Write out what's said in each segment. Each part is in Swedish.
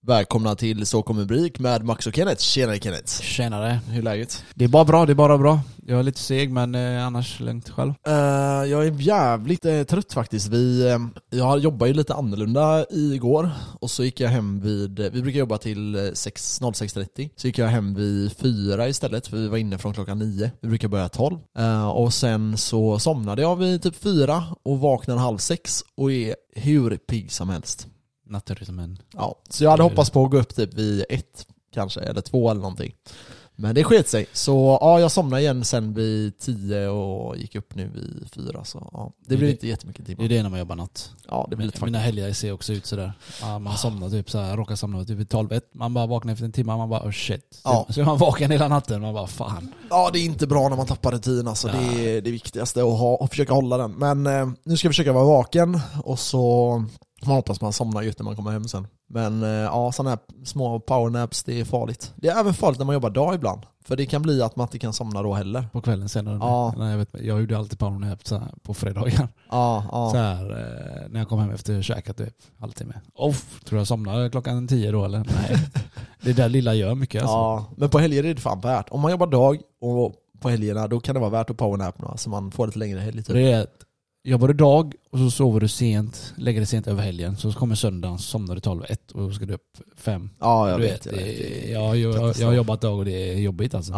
Välkomna till Så kommer Brik med Max och Kenneth. Tjenare Kenneth. Tjenare. Hur är läget? Det är bara bra. Jag är lite seg men annars lugnt själv. Jag är jävligt trött faktiskt. Jag jobbade ju lite annorlunda igår. Och så gick jag hem vi brukar jobba till 06:30. Så gick jag hem vid 4 istället, för vi var inne från klockan 9. Vi brukar börja 12. Och sen så somnade jag vid typ 4 och vaknade 5:30 och är hur pigg som helst. Naturrytmen. Ja, så jag hade hoppats på att gå upp typ vid 1 kanske, eller 2 eller någonting. Men det sket sig. Så ja, jag somnade igen sen vid 10 och gick upp nu vid 4. Så ja, det blir inte jättemycket timmar. Det är det när man jobbar natt. Ja, det blir lite mina helger ser också ut sådär. Ja, man somnar typ såhär, råkar somna typ vid 12:01. Man bara vaknar efter en timme, man bara oh shit. Ja. Så är man vaken hela natten, man bara fan. Ja, det är inte bra när man tappar rutin alltså. Det är det viktigaste att försöka hålla den. Men nu ska jag försöka vara vaken och så man hoppas man somnar just när man kommer hem sen. Men ja, sådana här små powernaps, det är farligt. Det är även farligt när man jobbar dag ibland. För det kan bli att man inte kan somna då heller. På kvällen senare. Ja. Nej, jag gjorde alltid powernap så här på fredagar. Ja. Så här, när jag kom hem efter käkat typ halvtimme. Tror jag somnade klockan 10 då eller? Nej. Det där lilla gör mycket alltså. Ja, men på helger är det fan värt. Om man jobbar dag och på helgerna, då kan det vara värt att powernap nu. Så man får lite längre helg typ. Det är att jobbar du dag och så sover du sent, lägger dig sent över helgen, så kommer söndagen, så somnar du 12:01 och då ska du upp 5. Ja, jag du vet. Jag har jobbat dag och det är jobbigt alltså.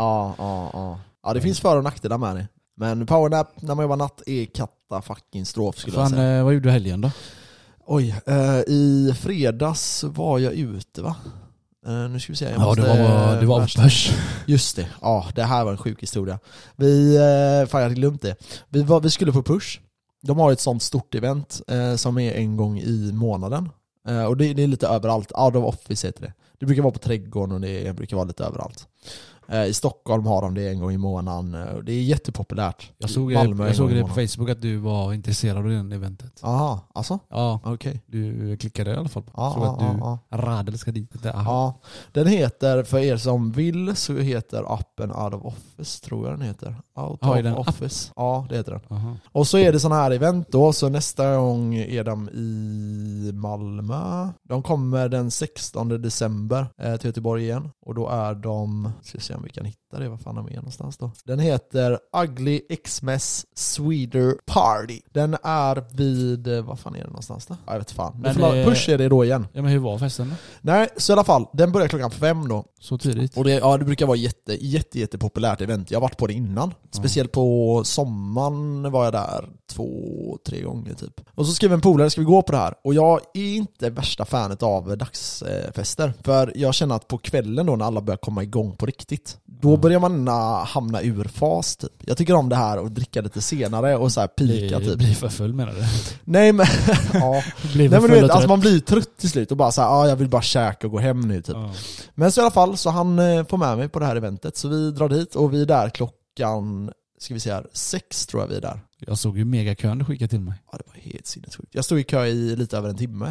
Ja, det finns för- och nackdelar med det. Men powernap när man jobbar natt är katastrof skulle jag säga. Vad gjorde du helgen då? Oj, i fredags var jag ute va? Nu ska vi se. Du var på börs. Just det. Ja, det här var en sjuk historia. Fan jag hade glömt det. Vi skulle på Push. De har ett sånt stort event som är en gång i månaden. Och det är lite överallt. Out of office heter det. Det brukar vara på Trädgården och det brukar vara lite överallt. I Stockholm har de det en gång i månaden. Det är jättepopulärt. Jag såg det på Facebook att du var intresserad av det eventet. Aha, alltså? Ja, okej. Du klickade i alla fall. Ja, såg att du radel ska dit. Ja, den heter, för er som vill, så heter appen Out of Office, tror jag den heter. Out of Office. Ja, det heter den. Aha. Och så är det sådana här event då, så nästa gång är de i Malmö. De kommer den 16 december till Göteborg igen. Och då är de, ska se om vi kan hitta det, vad fan de är någonstans då. Den heter Ugly Xmas Sweder Party. Den är vid, vad fan är det någonstans då? Jag vet fan. Men Push är det då igen. Ja, men hur var festen då? Nej, så i alla fall, den börjar klockan 5 då. Så tidigt. Och det brukar vara jätte populärt event. Jag har varit på det innan. Speciellt på sommaren var jag där 2-3 gånger typ. Och så skrev en polare, ska vi gå på det här? Och jag är inte värsta fanet av dagsfester. För jag känner att på kvällen då när alla börjar komma igång på riktigt, då börjar man hamna ur fas typ. Jag tycker om det här och dricka lite senare och så här pika typ. Bli för full menar du? Nej men ja. Nej men du vet, alltså man blir trött till slut och bara så här, jag vill bara käka och gå hem nu typ. Men så i alla fall så han får med mig på det här eventet, så vi drar dit och vi är där klockan, ska vi säga 6 tror jag vi är där. Jag såg ju megakön du skickade till mig. Ja, det var helt sinnessjukt. Jag stod i kö i lite över en timme.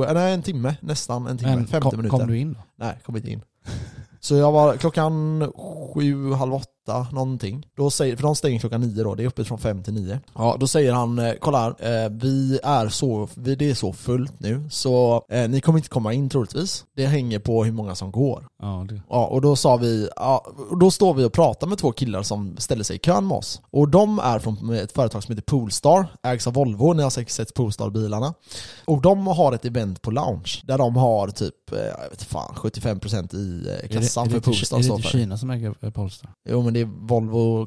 Nästan en timme, men 50 minuter. Kom du in då? Nej, kom inte in. Så jag var klockan 7, halv 8 någonting. För de stänger klockan 9 då, det är uppe från 5 till 9. Ja, då säger han, kolla här, det är så fullt nu, så ni kommer inte komma in troligtvis. Det hänger på hur många som går. Ja, och då sa vi, då står vi och pratar med 2 killar som ställer sig i kön med oss. Och de är från ett företag som heter Polestar, ägs av Volvo, ni har säkert sett Polestar-bilarna. Och de har ett event på lounge, där de har typ, jag vet fan, 75% i kassan för Polestar. Är det inte Kina som äger Polestar? Jo, men det är Volvo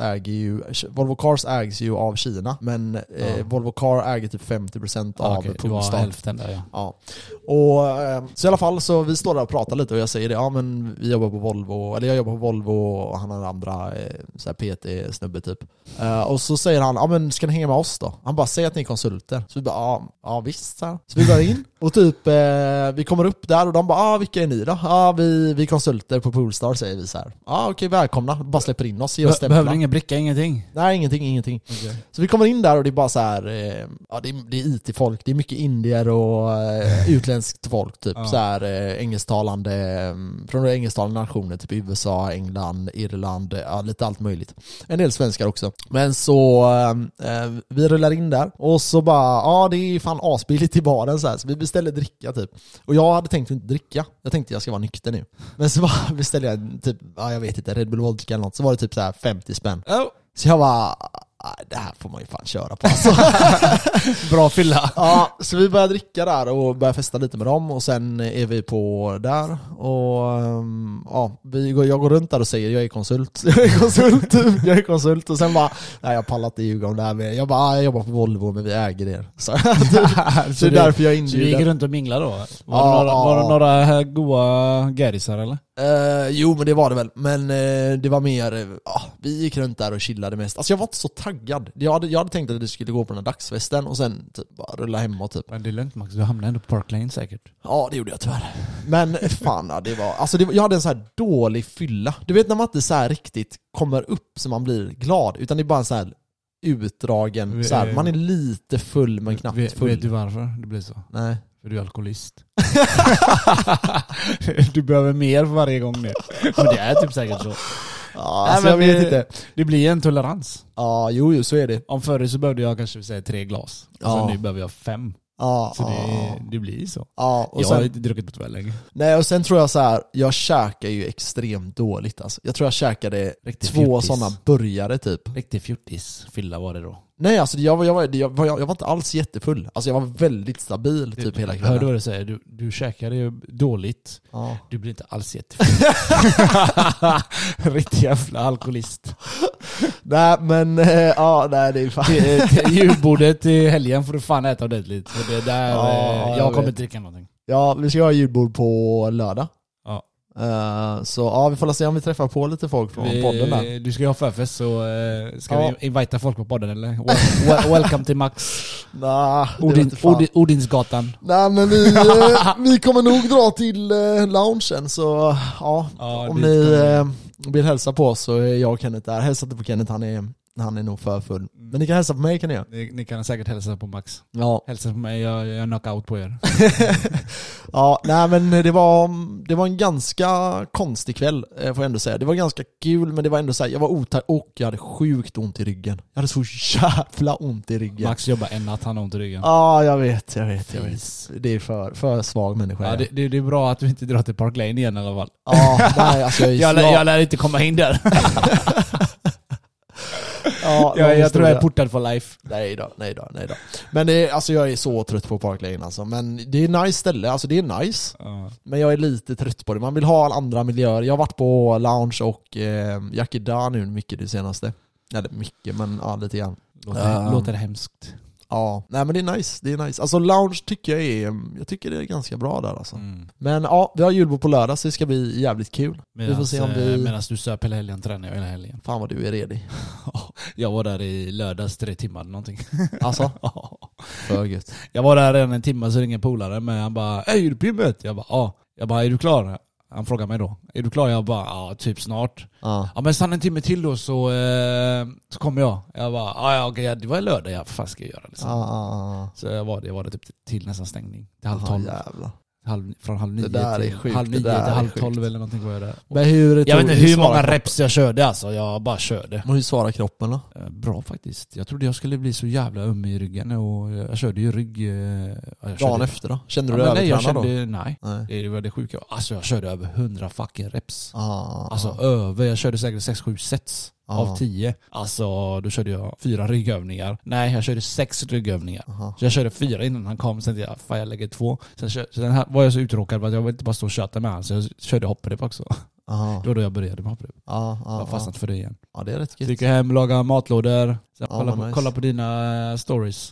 Cars ägs ju av Kina, men Volvo Car äger typ 50% av Polestar. Det var hälften där, ja. Och så i alla fall så vi står där och pratar lite och jag säger det, ja men vi jobbar på Volvo, eller jag jobbar på Volvo och han har andra så här PT-snubbe typ. Och så säger han, ja men ska ni hänga med oss då? Han bara, säger att ni är konsulter. Så vi bara, ja visst. Så vi går in och typ vi kommer upp där och de bara, vilka är ni då? Ja, vi är konsulter på Polestar, säger vi så här. Ja, okej, välkomna. Bara släpper in oss. Behöver ingen bricka, ingenting? Nej, ingenting. Okay. Så vi kommer in där och det är bara så här, det är IT-folk, det är mycket indier och utländskt folk typ, så här engelsktalande från engelsktalande nationer, typ USA, England, Irland, lite allt möjligt. En del svenskar också. Men så vi rullar in där och så bara, det är fan asbilligt i baren så här. Så vi beställde dricka typ. Och jag hade tänkt inte dricka. Jag tänkte jag ska vara nykter nu. Men så bara beställde jag typ, jag vet inte, Red Bull vodka eller något. Så var det typ så här 50 spänn. Så jag bara, det här får man ju fan köra på alltså. Bra fylla. Ja, så vi började dricka där och började festa lite med dem. Och sen är vi på där. Och jag går runt där och säger jag är konsult. Jag är konsult. Och sen bara, nej jag pallar inte ljuga om det här med. Jag bara, jag jobbar på Volvo men vi äger det. Så det är därför jag inbjuder. Så du gick runt och minglade då? Var det några goa gärisar eller? Jo men det var det väl. Men det var mer, vi gick runt där och chillade mest. Alltså jag var inte så taggad. Jag hade tänkt att det skulle gå på den här dagsfesten och sen typ bara rulla hem och typ. Men det är lugnt Max, du hamnade ändå på Park Lane säkert. Ja det gjorde jag tyvärr. Men fan det var, alltså jag hade en så här dålig fylla. Du vet när man inte så här riktigt kommer upp så man blir glad. Utan det är bara en så här utdragen, så här, man är lite full men knappt full. Vet du varför det blir så? Nej. För du är alkoholist. Du behöver mer för varje gång nu. Men det är typ säkert så. Ja, alltså jag vet inte. Det blir en tolerans. Ja, jo, så är det. Om förr så behövde jag kanske säga 3 glas. Och sen nu behöver jag 5. Ja, så det blir så. Ja, och jag sen, har inte druckit på 2 länge. Nej, och sen tror jag så här, jag käkar ju extremt dåligt alltså. Jag tror jag käkade riktigt 2 sådana burgare typ. Riktigt fjuttis fylla var det då. Nej, alltså jag var inte alls jättefull. Alltså jag var väldigt stabil typ hela kvällen. Hörde du vad du säger? Du käkade ju dåligt. Ja. Du blir inte alls jättefull. Riktigt jävla alkoholist. Nej, men nej, det är fan. Julbordet i helgen får du fan äta ordentligt. För det där, jag kommer inte dricka någonting. Ja, vi ska ha julbord på lördag. Ja. Så vi får se om vi träffar på lite folk från podden där. Du ska ju ha förfest så ska vi invita folk på podden eller? Welcome till Max. Nah, Odinsgatan. Nej men vi kommer nog dra till loungen så om ni vill hälsa på oss så är jag och Kenneth där. Hälsa inte på Kenneth, han är nog för full. Men ni kan hälsa på mig kan ni göra. Ni kan säkert hälsa på Max. Ja. Hälsa på mig, jag knock out på er. Ja, nej men det var en ganska konstig kväll får jag ändå säga. Det var ganska kul men det var ändå så här, jag var otaggad och jag hade sjukt ont i ryggen. Jag hade så jävla ont i ryggen. Max jobbar en natt, han har ont i ryggen. Ja, jag vet. Det är för svag människa. Ja, det är bra att du inte drar till Park Lane igen i alla fall. Ja, nej alltså jag lär inte komma in där. Ja, jag tror jag är portad for life. Nej då. Men alltså jag är så trött på Park Lane alltså. Men det är ett nice ställe, alltså det är nice. Men jag är lite trött på det. Man vill ha andra miljöer. Jag har varit på lounge och Yakida nu mycket det senaste. Eller mycket, men lite grann. Låter hemskt. Ja, nej men det är nice. Alltså lounge tycker jag tycker det är ganska bra där alltså. Men vi har julbord på lördag så det ska bli jävligt kul. Vi får se om medan du söp hela helgen, tränar jag hela helgen. Fan vad du är redig. Jag var där i lördags 3 timmar eller någonting. Alltså? För gött. Jag var där redan en timme så ringde polare men han bara, är du på gymmet? Jag bara, ja. Jag bara, är du klar? Han frågar mig då, är du klar? Jag bara, ja typ snart. Ja men stanna en timme till då så kommer jag. Jag bara, okej, det var lördag, jag fan ska jag göra liksom. Så jag var det typ till nästan stängning. Till 11:30. Jävlar. Från 8:30 till 9:30 till 11:30 eller någonting var jag där. Men jag vet inte hur många reps jag körde alltså, jag bara körde. Men hur svarar kroppen då? Bra faktiskt. Jag trodde jag skulle bli så jävla i ryggen och jag körde ju rygg... Dagen efter då? Kände du övertränad då? Nej. Det var det sjuka. Alltså jag körde över 100 fucking reps. Alltså jag körde säkert 6-7 sets. Av 10. Alltså då körde jag 4 ryggövningar. Nej, jag körde 6 ryggövningar. Så jag körde 4 innan han kom. Sen jag lägger 2. Sen här var jag så uttråkad att jag ville inte bara stå och köta med han. Så jag körde hopprep också. Det var då jag började med hopprep. Jag har fastnat för det igen. Ja, det är rätt gött. Gick hem, laga matlådor. Kolla på dina stories.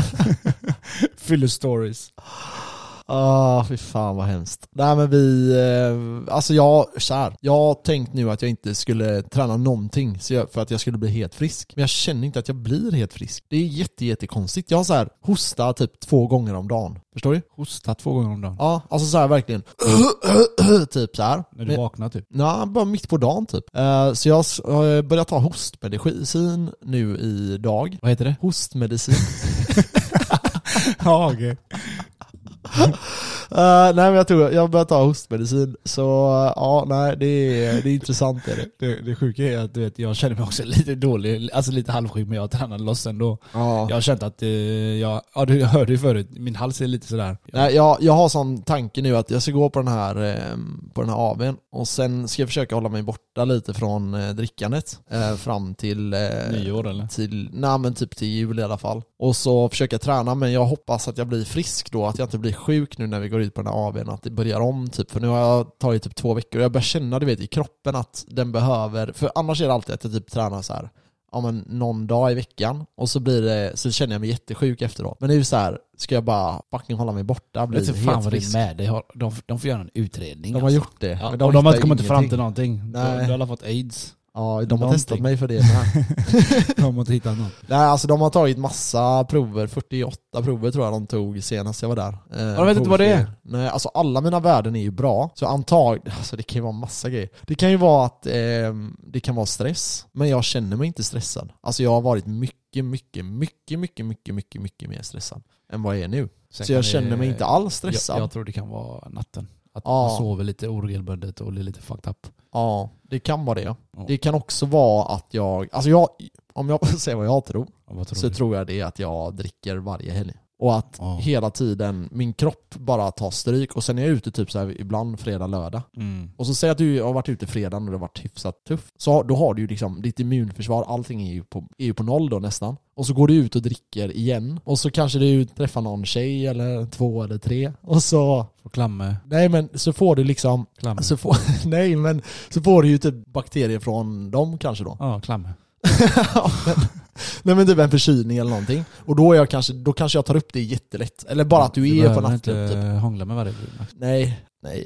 Fyller stories. Fy fan vad hemskt. Nej men alltså jag har tänkt nu att jag inte skulle träna någonting för att jag skulle bli helt frisk. Men jag känner inte att jag blir helt frisk. Det är jättekonstigt. Jag har så här hosta typ 2 gånger om dagen. Förstår du? Hosta 2 gånger om dagen? Ja, alltså så här verkligen. Typ så här. När du vaknar typ? Nej, bara mitt på dagen typ. Så jag har börjat ta hostmedicin nu idag. Vad heter det? Hostmedicin. Ja, okej. Nej men jag tror jag börjar ta hostmedicin. Så ja, nej det är intressant är det. Det sjuka är att du vet, jag känner mig också lite dålig, alltså lite halvsjuk, men jag tränar loss ändå. Ja. Jag har känt att du hörde ju förut, min hals är lite sådär. Nej, jag har sån tanke nu att jag ska gå på den här AW:n och sen ska jag försöka hålla mig borta lite från drickandet fram till nyår eller? Typ till jul i alla fall. Och så försöka träna, men jag hoppas att jag blir frisk då, att jag inte blir sjuk nu när vi går ut på den här AW:n, att det börjar om typ, för nu har jag tagit typ 2 veckor och jag börjar känna, du vet, i kroppen att den behöver, för annars är det alltid att jag typ tränar så här, ja men någon dag i veckan och så känner jag mig jättesjuk efteråt. Men det är ju så här, ska jag bara fucking hålla mig borta, bli helt fan vad frisk. Det är med dig. De får göra en utredning. De har gjort det. Ja, de har inte kommit fram till någonting. Nej. Du har fått AIDS. Ja, de har testat mig för det med. De har inte hittat något. Nej, alltså de har tagit massa prover, 48 prover tror jag de tog senast jag var där. Jag vet inte vad det är. Nej, alltså alla mina värden är ju bra. Så alltså det kan ju vara massa grejer. Det kan ju vara att det kan vara stress, men jag känner mig inte stressad. Alltså jag har varit mycket mer stressad än vad jag är nu. Så jag känner mig inte alls stressad. Jag tror det kan vara natten. Att man sover lite oregelbundet och blir lite fucked up. Ja, det kan vara det. Ja. Det kan också vara att om jag säger vad jag tror, så tror jag det är att jag dricker varje helg. Och att hela tiden min kropp bara tar stryk. Och sen är jag ute typ så här ibland fredag, lördag. Och så säger att du har varit ute fredagen och det har varit hyfsat tufft. Så då har du ju liksom ditt immunförsvar, allting är ju på noll då nästan. Och så går du ut och dricker igen. Och så kanske du träffar någon tjej eller 2 eller 3. Och så... Får klamme. Nej men så får du liksom... Klamme. Så får du ju typ bakterier från dem kanske då. Ja, klamme. Nej men typ en förkylning eller någonting. Och då kanske jag tar upp det jättelätt. Eller bara att du är på nattklubb typ. Hångla med varje Nej.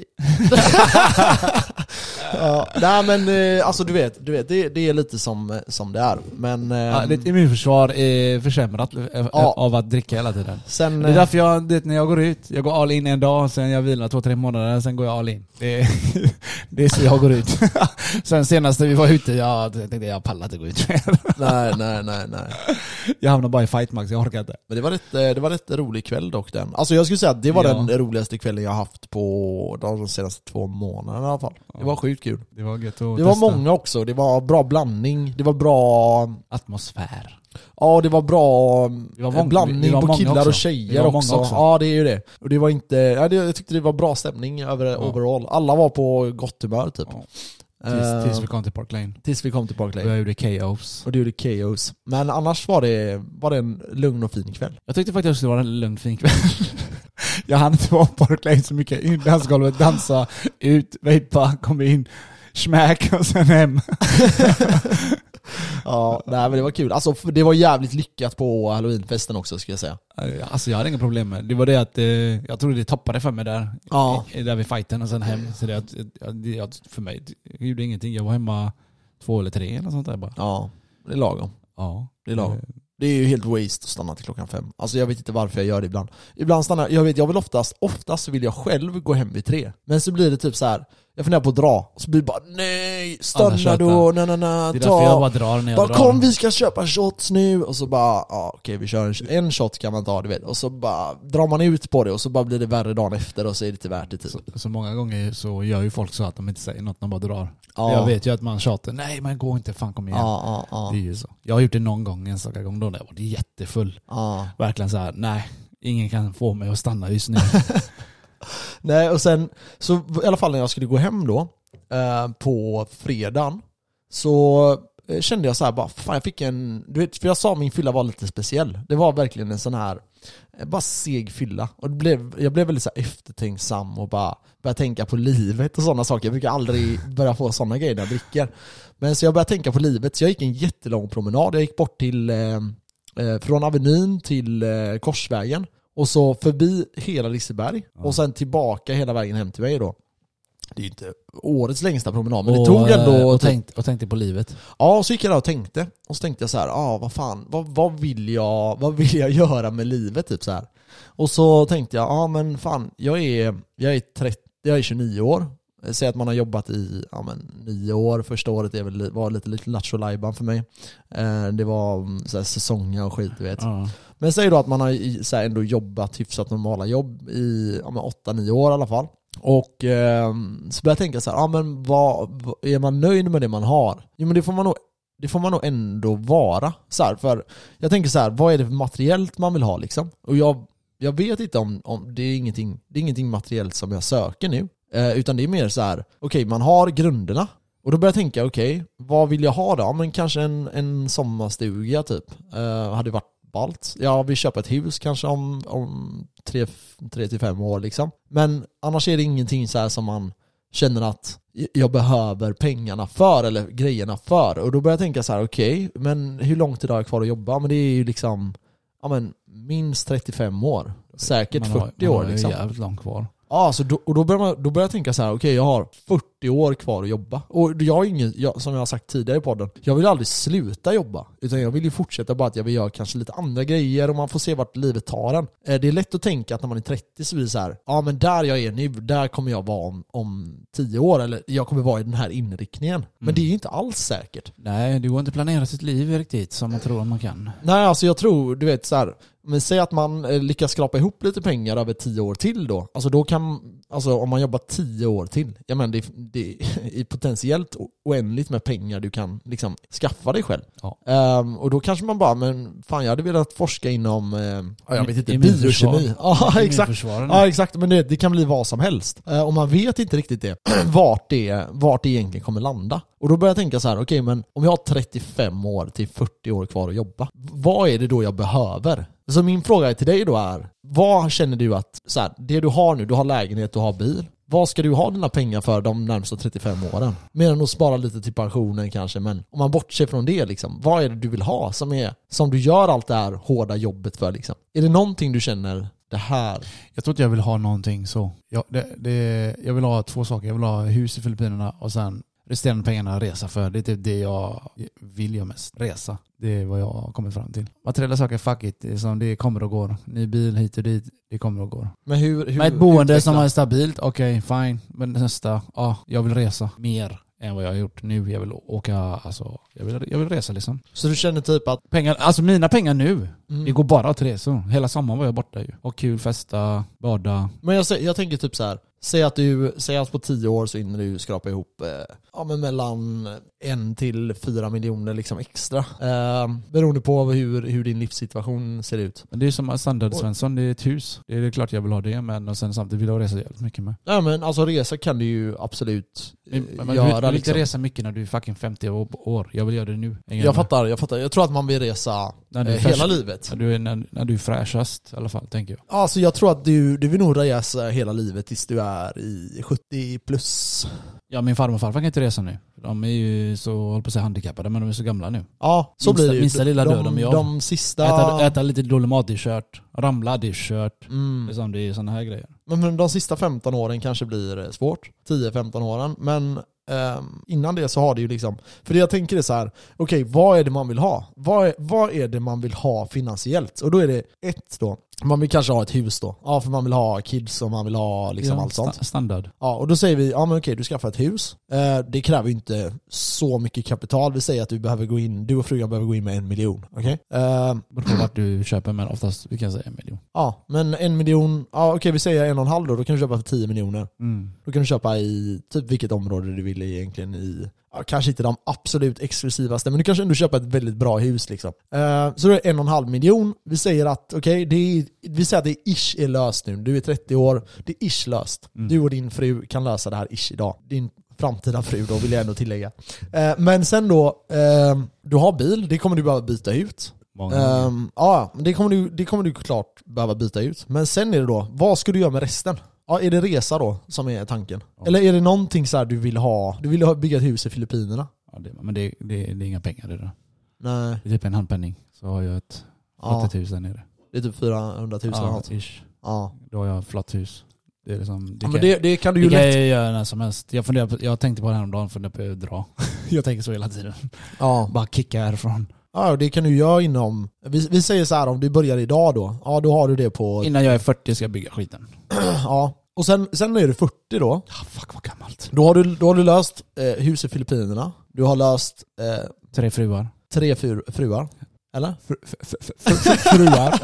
Ja, nej men alltså du vet det är lite som det är. Men ditt immunförsvar är försämrat av att dricka hela tiden. Sen, det är därför när jag går ut, jag går all in en dag, sen jag vilar 2-3 månader, sen går jag all in. Det är så jag går ut. Sen senast när vi var ute, jag tänkte jag pallar inte gå ut. nej. Jag hamnar bara i fightmax, jag orkar inte. Men det var rätt rolig kväll dock den. Alltså jag skulle säga att det var den roligaste kvällen jag haft på de senaste 2 månaderna i alla fall. Det var sjukt kul. Det var gött att Det var många också. Det var bra blandning. Det var bra atmosfär. Ja, det var bra blandning på killar också. Och tjejer också. Ja, det är ju det. Och det var inte... jag tyckte det var bra stämning overall. Alla var på gott humör typ. Ja. Tills vi kom till Park Lane. Och jag gjorde KOs. Och du gjorde KOs. Men annars var det en lugn och fin kväll. Jag tyckte faktiskt att det skulle vara en lugn och fin kväll. Jag hann inte vara på Park Lane så mycket. In dansgolvet, dansa, ut, vejpa, kom in, smack och sen hem. Ja, nej men det var kul. Alltså det var jävligt lyckat på Halloweenfesten också ska jag säga. Alltså jag hade inga problem med det. Det var det att jag trodde det toppade för mig där. Ja. Där vid fighten och sen hem. Så det för mig jag gjorde ingenting. Jag var hemma 2 eller 3 eller sånt där bara. Ja, det är lagom. Ja, det är lagom. Det är ju helt waste att stanna till 5. Alltså jag vet inte varför jag gör det ibland. Ibland stannar jag vill oftast vill jag själv gå hem vid 3. Men så blir det typ så här. Jag funderar på att dra och så blir det bara nej, stanna då, nej. Det är därför jag bara drar när jag drar. Kom, vi ska köpa shots nu. Och så bara, okej, vi kör en shot kan man ta, du vet. Och så bara drar man ut på det och så bara blir det värre dagen efter och så är det inte värt det typ. Så många gånger så gör ju folk så att de inte säger något, de bara drar. Ja. Jag vet ju att man tjatar, nej men gå inte, fan kom igen. Ja. Det är ju så. Jag har gjort det någon gång, en sak gång då när jag var jättefull. Verkligen så här, nej, ingen kan få mig att stanna just nu. Nej, och sen så i alla fall när jag skulle gå hem då på fredagen så kände jag så här bara, fan jag fick du vet, för jag sa min fylla var lite speciell. Det var verkligen en sån här bara seg fylla. Och jag blev väldigt så här eftertänksam och bara började tänka på livet och sådana saker. Jag brukar aldrig börja få sådana grejer när jag dricker. Men så jag började tänka på livet. Så jag gick en jättelång promenad. Jag gick bort till från Avenyn till Korsvägen. Och så förbi hela Liseberg. Och sen tillbaka hela vägen hem till mig då. Det är ju inte årets längsta promenad, men det tog ändå... Och tänkte på livet. Ja, så gick jag där och tänkte. Och så tänkte jag så här, vad fan, vad vill jag göra med livet typ så här. Och så tänkte jag, men fan, jag är 29 år. säg att man har jobbat i 9 år. Första året var lite lattjo lajban för mig. Det var så här, säsonger och skit, du vet. Men säg då att man har så här, ändå jobbat hyfsat normala jobb i 8-9 år i alla fall. Och så börjar jag tänka så här, men vad är man nöjd med det man har? Jo, men det får man nog ändå vara. Så här, för jag tänker så här, vad är det för materiellt man vill ha liksom? Och jag vet inte om det är ingenting materiellt som jag söker nu. Utan det är mer så här, okej, man har grunderna. Och då börjar jag tänka, okej, vad vill jag ha då? Ja, men kanske en sommarstuga typ. Hade varit ballt. Ja, vi köper ett hus kanske om 3-5 år liksom. Men annars är det ingenting så här som man känner att jag behöver pengarna för eller grejerna för. Och då börjar jag tänka så här, okej, men hur lång tid har jag kvar att jobba? Men det är ju liksom minst 35 år. Säkert 40 år liksom. Det är jävligt långt kvar. Ja, så då börjar jag tänka så här, okej, jag har 40 år kvar att jobba. Och som jag har sagt tidigare i podden, jag vill aldrig sluta jobba. Utan jag vill ju fortsätta, bara att jag vill göra kanske lite andra grejer och man får se vart livet tar en. Det är lätt att tänka att när man är 30 så blir det så här, ja men där jag är nu, där kommer jag vara om 10 år. Eller jag kommer vara i den här inriktningen. Men det är ju inte alls säkert. Nej, det går inte att planera sitt liv riktigt som man tror att man kan. Nej, alltså jag tror, du vet så här, men säg att man lyckas skrapa ihop lite pengar över 10 år till då. Alltså då kan, om man jobbar 10 år till, ja men det är potentiellt oändligt med pengar du kan liksom skaffa dig själv. Ja. Och då kanske man bara, men fan jag hade velat forska inom, jag vet inte, biokemi. Ja, exakt. Ja, exakt, men det kan bli vad som helst. Och man vet inte riktigt det, vart det egentligen kommer landa. Och då börjar jag tänka så här, okej, men om jag har 35 år till 40 år kvar att jobba, vad är det då jag behöver? Så min fråga till dig då är, vad känner du att, så här, det du har nu, du har lägenhet, du har bil, vad ska du ha dina pengar för de närmsta 35 åren? Mer än att spara lite till pensionen kanske, men om man bortser från det liksom, vad är det du vill ha som du gör allt det här hårda jobbet för liksom? Är det någonting du känner, det här? Jag tror att jag vill ha någonting så. Jag vill ha 2 saker. Jag vill ha hus i Filippinerna och sen resterande pengarna resa för. Det är typ det jag vill göra mest. Resa. Det är vad jag har kommit fram till. Materiella saker, fuck it. Det kommer och går. Ny bil hit och dit. Det kommer och går. Men hur med ett boende som är stabilt, okej, fine. Men nästa, jag vill resa mer än vad jag har gjort nu. Jag vill åka, alltså, jag vill resa liksom. Så du känner typ att pengar, alltså mina pengar nu, det går bara till resor. Hela sommaren var jag borta ju. Och kul, festa, bada. Men jag tänker typ så här. Säg att på 10 år så hinner du skrapa ihop mellan 1 till 4 miljoner liksom extra. Beroende på hur din livssituation ser ut. Men det är som standard Svensson, det är ett hus. Det är klart jag vill ha det, men och sen samtidigt vill jag resa jävligt mycket med. Ja, men alltså resa kan du ju absolut göra. Du vill inte resa mycket när du är fucking 50 år. Jag vill göra det nu. Jag fattar. Jag tror att man vill resa hela livet. När du är fräschast i alla fall, tänker jag. Alltså jag tror att du vill nog resa hela livet tills du är i 70 plus. Ja, min farmor och farfar kan inte resa nu. De är ju så, håller på att säga, handikappade, men de är så gamla nu. Ja, så blir det ju. Minsta lilla död de gör. De sista... Äta lite dålig mat i kört. Ramla i kört. Liksom, det är sådana här grejer. Men de sista 15 åren kanske blir svårt. 10-15 åren. Men innan det så har det ju liksom... För det jag tänker är så här, okej, vad är det man vill ha? Vad är det man vill ha finansiellt? Och då är det då. Man vill kanske ha ett hus då. Ja, för man vill ha kids och man vill ha liksom allt sånt. Standard. Ja, och då säger vi, ja men okej, du skaffar ett hus. Det kräver ju inte så mycket kapital. Vi säger att du och frugan behöver gå in med 1 miljon. Okej? Beror på vart du köper, men oftast vi kan säga 1 miljon. Ja, men 1 miljon, ja okej, vi säger 1,5 då kan du köpa för 10 miljoner. Då kan du köpa i typ vilket område du vill egentligen i. Ja, kanske inte de absolut exklusivaste, men du kanske ändå köper ett väldigt bra hus liksom. Så det är 1,5 miljon. Vi säger att vi säger att det ish är löst nu. Du är 30 år, det är ish löst. Du och din fru kan lösa det här ish idag. Din framtida fru då, vill jag ändå tillägga. Men sen då, du har bil, det kommer du behöva byta ut. Ja, det kommer du klart behöva byta ut. Men sen är det då, vad ska du göra med resten? Ja, är det resa då som är tanken? Ja. Eller är det någonting så här du vill ha? Du vill bygga ett hus i Filippinerna? Ja, men det är inga pengar det där. Nej. Det är typ en handpenning. Så har jag ett flatt hus där nere. Det är typ 400 000 eller något. Ja. Då har jag ett flatt hus. Det är liksom, det kan du ju lätt göra när som helst. Jag tänkte på det här om dagen, för att dra. Jag tänker så hela tiden. Ja. Bara kicka härifrån. Ja, det kan du göra inom... Vi säger så här, om du börjar idag då. Ja, då har du det på... Innan jag är 40 ska jag bygga skiten. Ja. Och sen är det 40 då. Ja, fuck vad gammalt. Då har du löst hus i Filippinerna. Du har löst 3 fruar. 3 fruar. Eller? Fruar.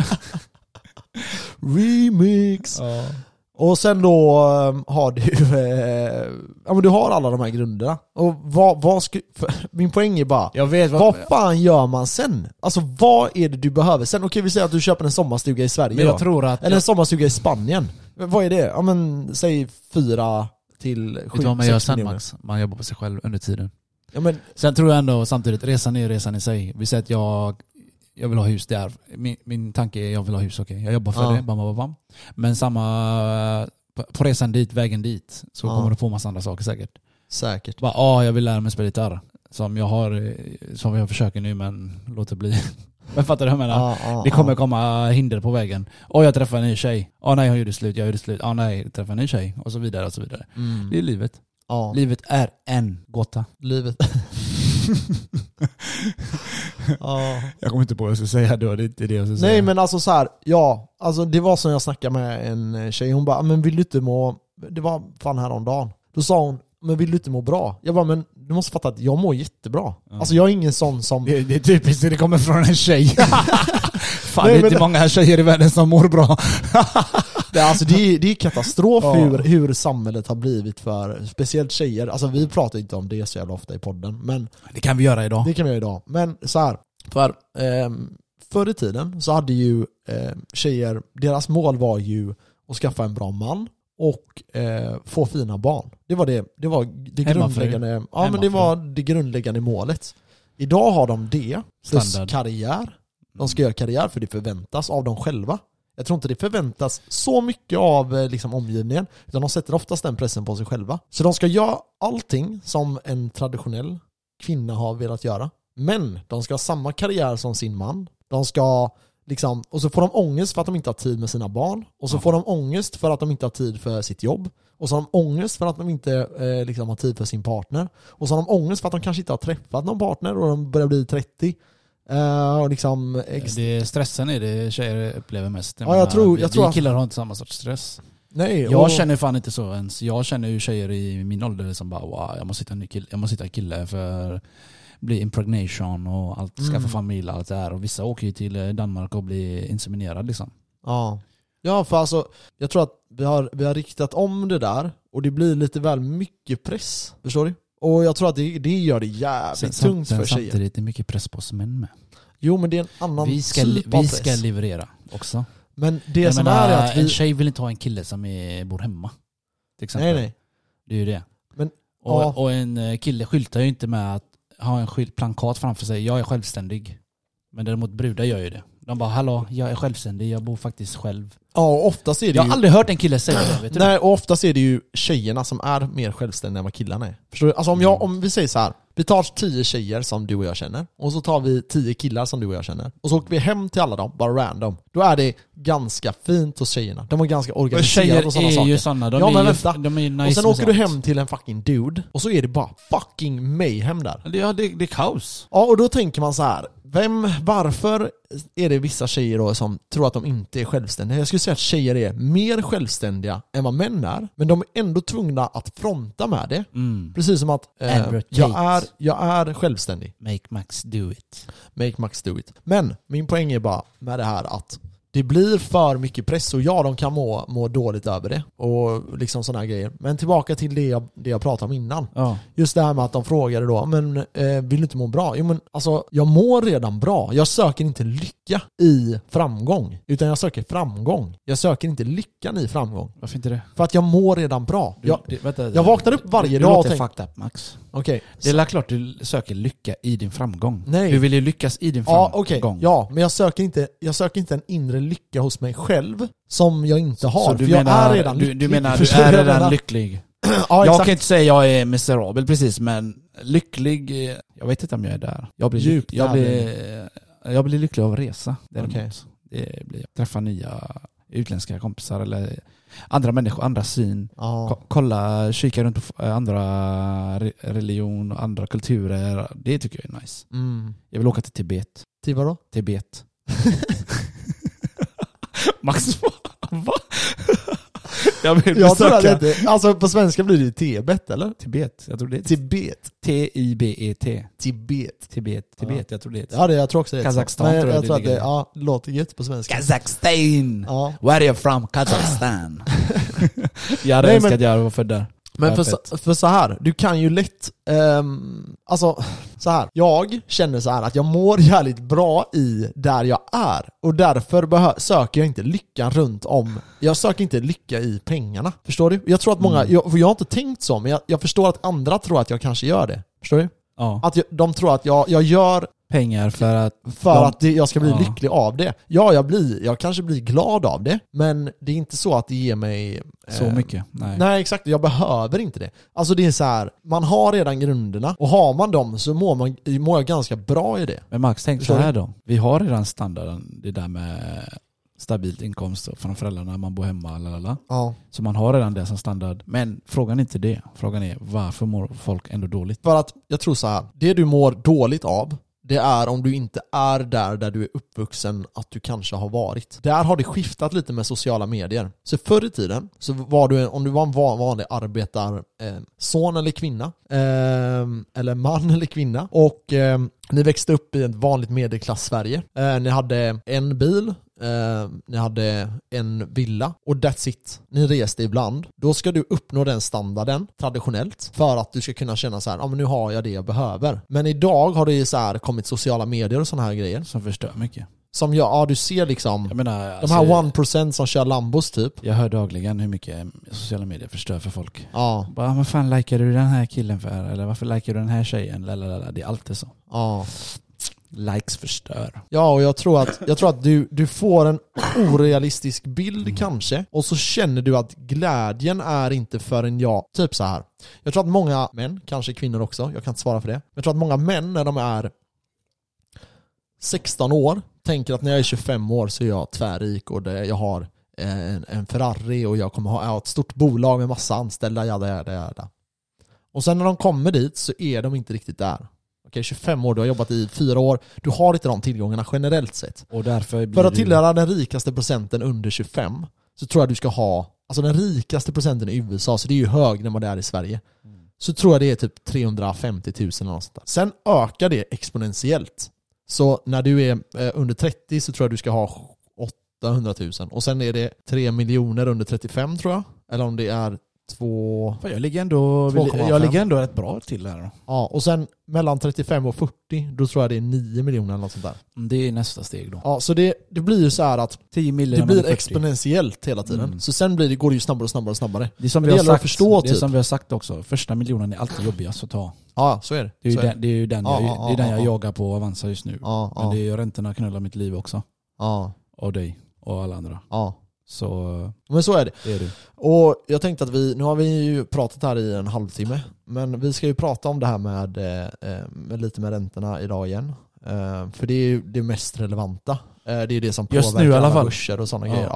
Remix. Ja. Och sen då har du men du har alla de här grunderna. Och min poäng är bara, Jag vet vad fan gör man sen? Alltså vad är det du behöver sen? Okej, vi säger att du köper en sommarstuga i Sverige. Men jag då. tror att... Eller en sommarstuga i Spanien. Vad är det? Ja men säg 4 till 7, 6 miljoner. man gör sen, Max? Man jobbar på sig själv under tiden. Ja, men... Sen tror jag ändå samtidigt, resan är resan i sig. Vi säger att jag vill ha hus där. Min tanke är jag vill ha hus, okej. Jag jobbar för det, bam. Men samma på resan dit, vägen dit, så kommer du på massa andra saker säkert. Bara, jag vill lära mig spela gitarr. Som jag försöker nu, men låter bli. Men fattar du vad jag menar? Det kommer komma hinder på vägen. Jag träffar en ny tjej. Nej, jag gjorde slut. Nej, jag träffar en ny tjej. Och så vidare och så vidare. Det är livet. Livet är en gåta. Livet. Jag kommer inte på vad jag ska säga då. Det är inte det jag ska säga. Nej, men alltså så här, alltså det var som jag snackade med en tjej. Hon bara, men vill du inte må... Det var fan häromdagen. Då sa hon, men vill du inte må bra? Jag bara, men du måste fatta att jag mår jättebra. Alltså jag är ingen sån som... Det är typiskt, det kommer från en tjej. Fan, det är inte många tjejer i världen som mår bra. Det är katastrof hur samhället har blivit för speciellt tjejer. Alltså vi pratar inte om det så jävla ofta i podden, men det kan vi göra idag. Det kan vi göra idag. Men så här, förr i tiden så hade ju tjejer, deras mål var ju att skaffa en bra man och få fina barn. Det var det grundläggande. Ja, men det var det grundläggande målet. Idag har de det plus karriär. De ska göra karriär för det förväntas av dem själva. Jag tror inte det förväntas så mycket av liksom, omgivningen, utan de sätter oftast den pressen på sig själva. Så de ska göra allting som en traditionell kvinna har velat göra. Men de ska ha samma karriär som sin man. De ska liksom, och så får de ångest för att de inte har tid med sina barn. Och så får de ångest för att de inte har tid för sitt jobb. Och så har de ångest för att de inte liksom, har tid för sin partner. Och så har de ångest för att de kanske inte har träffat någon partner och de börjar bli 30. Och liksom det stressen är det tjejer upplever mest. Jag tror vi killar har inte samma sorts stress. Nej, jag känner fan inte så ens. Jag känner ju tjejer i min ålder som bara, wow, jag måste hitta en kille för bli impregnation och allt, skaffa familj och allt det här. Och vissa åker ju till Danmark och blir inseminerad liksom. Ja, för alltså jag tror att vi har riktat om det där och det blir lite väl mycket press. Förstår du? Och jag tror att det gör det jävligt tungt för tjejer. Samtidigt är det mycket press på oss män med. Jo, men det är en annan vi ska leverera också. Men det som är att en tjej vill inte ha en kille som bor hemma. Till exempel. Nej. Det är ju det. Men, och en kille skyltar ju inte med att ha en plankat framför sig. Jag är självständig. Men däremot brudar gör ju det. De bara, hallå, jag är självständig. Jag bor faktiskt själv. Ja, och oftast är det jag har aldrig hört en kille säga det, vet du? Nej, och oftast är det ju tjejerna som är mer självständiga än vad killarna är. Förstår du? Alltså om vi säger så här, vi tar 10 tjejer som du och jag känner, och så tar vi 10 killar som du och jag känner, och så åker vi hem till alla dem, bara random. Då är det ganska fint hos tjejerna. De är ganska organiserade och sådana saker. Ju såna, de är nice. Och sen åker du hem till en fucking dude, och så är det bara fucking mayhem där. Ja, det är kaos. Ja, och då tänker man så här, varför är det vissa tjejer då som tror att de inte är självständiga? Jag skulle säga att tjejer är mer självständiga än vad män är, men de är ändå tvungna att fronta med det. Precis som att jag är självständig. Make Max do it. Men min poäng är bara med det här att det blir för mycket press, och de kan må dåligt över det och liksom såna här grejer. Men tillbaka till det jag pratade om innan. Just det här med att de frågade då, men vill du inte må bra? Jo, men alltså, jag mår redan bra. Jag söker inte lycka i framgång, utan jag söker framgång. Jag söker inte lyckan i framgång. Varför inte det? För att jag mår redan bra. Jag vaknar upp varje dag och tänker... fucked up, Max. Okay, det är klart du söker lycka i din framgång. Nej. Du vill ju lyckas i din framgång. Ja, men jag söker inte en inre lycka hos mig själv som jag inte har. Så du menar, du menar du är redan lycklig? Ja, jag kan inte säga jag är miserabel precis, men lycklig, jag vet inte om jag är där. Jag blir lycklig av att resa. Okay. Det blir träffa nya utländska kompisar eller andra människor, andra syn. Kika runt på andra religion och andra kulturer. Det tycker jag är nice. Jag vill åka till Tibet. Till vadå? Tibet. Max, va? Jag vill Jag tror att besöka det, alltså på svenska blir det ju Tibet, eller? Tibet. Jag tror det är Tibet. T-I-B-E-T. Tibet. Jag tror det är. Ja, det jag tror också det är. Kazakstan Men tror jag jag det tror att det ligger. ja, låter gött på svenska. Kazakstan! Ja. Where are you from? Kazakstan. Jag hade Nej, önskat men- att jag var född där. Men Perfekt. för så här, du kan ju lätt, alltså så här. Jag känner så här att jag mår jävligt bra i där jag är. Och därför söker jag inte lyckan runt om. Jag söker inte lycka i pengarna. Förstår du? Jag tror att många, för jag har inte tänkt så, men jag förstår att andra tror att jag kanske gör det. Förstår du? Ja. Att de tror att jag gör Pengar för att... att jag ska bli Ja. lycklig av det. Ja, jag kanske blir glad av det, men det är inte så att det ger mig... Så mycket. Nej. Nej, exakt. Jag behöver inte det. Alltså det är så här, man har redan grunderna, och har man dem så mår jag ganska bra i det. Men Max, tänk så Förstår här då. Vi har redan standarden, det där med stabilt inkomst från föräldrarna, man bor hemma, lalala. Ja. Så man har redan det som standard. Men frågan är inte det. Frågan är varför mår folk ändå dåligt? För att jag tror så här, det du mår dåligt av, det är om du inte är där du är uppvuxen att du kanske har varit. Där har det skiftat lite med sociala medier. Så förr i tiden så var du om du var en vanlig son eller kvinna, eller man eller kvinna, och ni växte upp i ett vanligt medelklass Sverige. Ni hade en bil, ni hade en villa och that's it. Ni reste ibland. Då ska du uppnå den standarden traditionellt för att du ska kunna känna så här, ja men nu har jag det jag behöver. Men idag har det ju så här kommit sociala medier och såna här grejer Som förstör mycket. som ja, du ser liksom Jag menar, de alltså, här 1% som kör Lambos typ. jag hör dagligen hur mycket sociala medier förstör för folk. Ja, Bara, vad fan likar du den här killen för? Eller varför likar du den här tjejen? Lalalala. Det är alltid så. ja. Likes förstör. Ja, och jag tror att du får en orealistisk bild kanske, och så känner du att glädjen är inte förrän typ så här. Jag tror att många män, kanske kvinnor också, jag kan inte svara för det. Jag tror att många män när de är 16 år tänker att när jag är 25 år så är jag tvärrik och jag har en Ferrari och jag kommer ha ett stort bolag med massa anställda, jada. Och sen när de kommer dit så är de inte riktigt där. Okej, 25 år, du har jobbat i 4 år. Du har inte de tillgångarna generellt sett. Och därför blir För att du... tillhöra den rikaste procenten under 25 så tror jag du ska ha, alltså den rikaste procenten i USA, så det är ju högre än vad det är i Sverige. Så tror jag det är typ 350 000 eller något sånt där. Sen ökar det exponentiellt. Så när du är under 30 så tror jag du ska ha 800 000. Och sen är det 3 miljoner under 35 tror jag. Eller om det är 2... Jag ligger ändå 2,5. rätt bra till här då. Ja, och sen mellan 35 och 40 då tror jag det är 9 miljoner eller något sånt där. Det är nästa steg då. Ja, så det blir ju så här att 10 miljoner det blir exponentiellt hela tiden. Så sen går det ju snabbare. Det är som Men vi det har gäller att sagt, förstå det är typ. som vi har sagt också. Första miljonen är alltid jobbigast att ta. Ja, så är det. Det är ju Så den, det är ju den, Ja, det är den jag ja. jagar på Avanza just nu. Ja, Men det är ju räntorna knullar mitt liv också. Ja, Och dig. Och alla andra. ja. Så Men så är det. det är det. Och jag tänkte att nu har vi ju pratat här i en halvtimme, men vi ska ju prata om det här med lite med räntorna idag igen. För det är ju det mest relevanta. Det är det som Just påverkar nu i alla alla fall. börser och sådana grejer.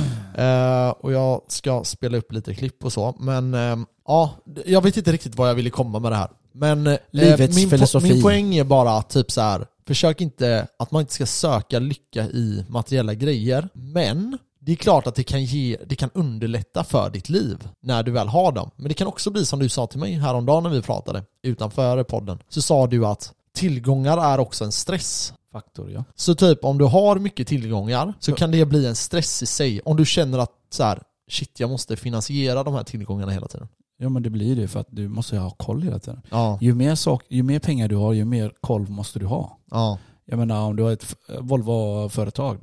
Ja. Och jag ska spela upp lite klipp och så. Men ja, jag vet inte riktigt vad jag ville komma med det här. Men Livets filosofi. min poäng är bara att typ så här, försök inte att man inte ska söka lycka i materiella grejer. Men det är klart att det kan underlätta för ditt liv när du väl har dem. Men det kan också bli som du sa till mig häromdagen när vi pratade utanför podden. Så sa du att tillgångar är också en stressfaktor. Ja. Så typ om du har mycket tillgångar så kan det bli en stress i sig. Om du känner att så här, shit, jag måste finansiera de här tillgångarna hela tiden. Ja, men det blir det för att du måste ha koll hela tiden. Ja. Ju mer pengar du har, ju mer koll måste du ha. Ja. Jag menar, om du har ett Volvo-företag,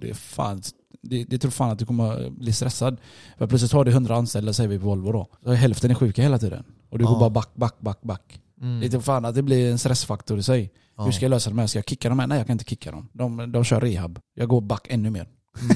det tror fan att du kommer bli stressad. För plötsligt har du 100 anställda, säger vi på Volvo då. Så hälften är sjuka hela tiden. Och du går bara back. Det tror fan att det blir en stressfaktor i sig. Hur ska jag lösa de här? Ska jag kicka dem här? Nej, jag kan inte kicka dem. De kör rehab. Jag går back ännu mer.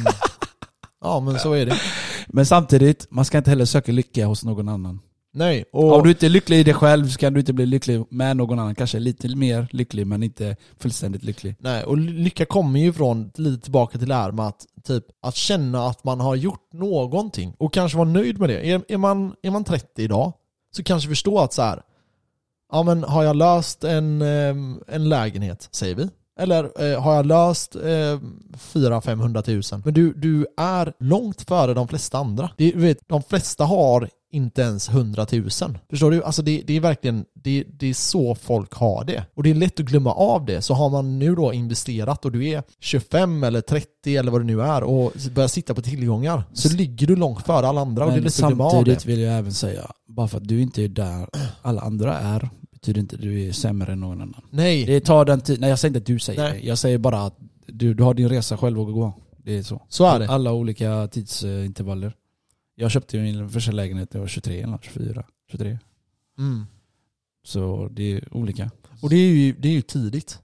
Ja, men så är det. Men samtidigt, man ska inte heller söka lycka hos någon annan. Nej. Och Om du inte är lycklig i dig själv så kan du inte bli lycklig med någon annan. Kanske lite mer lycklig men inte fullständigt lycklig. nej, och lycka kommer ju från lite tillbaka till det här med att typ att känna att man har gjort någonting och kanske vara nöjd med det. Är man 30 idag så kanske förstå att så här, ja men har jag löst en lägenhet, säger vi, Eller har jag löst 400-500 000? Men du är långt före de flesta andra. De flesta har inte ens 100 000. Förstår du? Alltså det är verkligen det är så folk har det. Och det är lätt att glömma av det. Så har man nu då investerat och du är 25 eller 30 eller vad det nu är och börjar sitta på tillgångar, så ligger du långt före alla andra. Och det är lätt att glömma av det. Samtidigt vill jag även säga, bara för att du inte är där alla andra är, betyder inte att du är sämre än någon annan. Nej. Det tar den tid. Nej, jag säger inte att du säger det. Jag säger bara att du har din resa själv att gå. Det är så. Så är det. Alla olika tidsintervaller. Jag köpte ju min första lägenhet när jag var 23 eller 24, 23. Mm. Så det är olika. Och det är ju tidigt.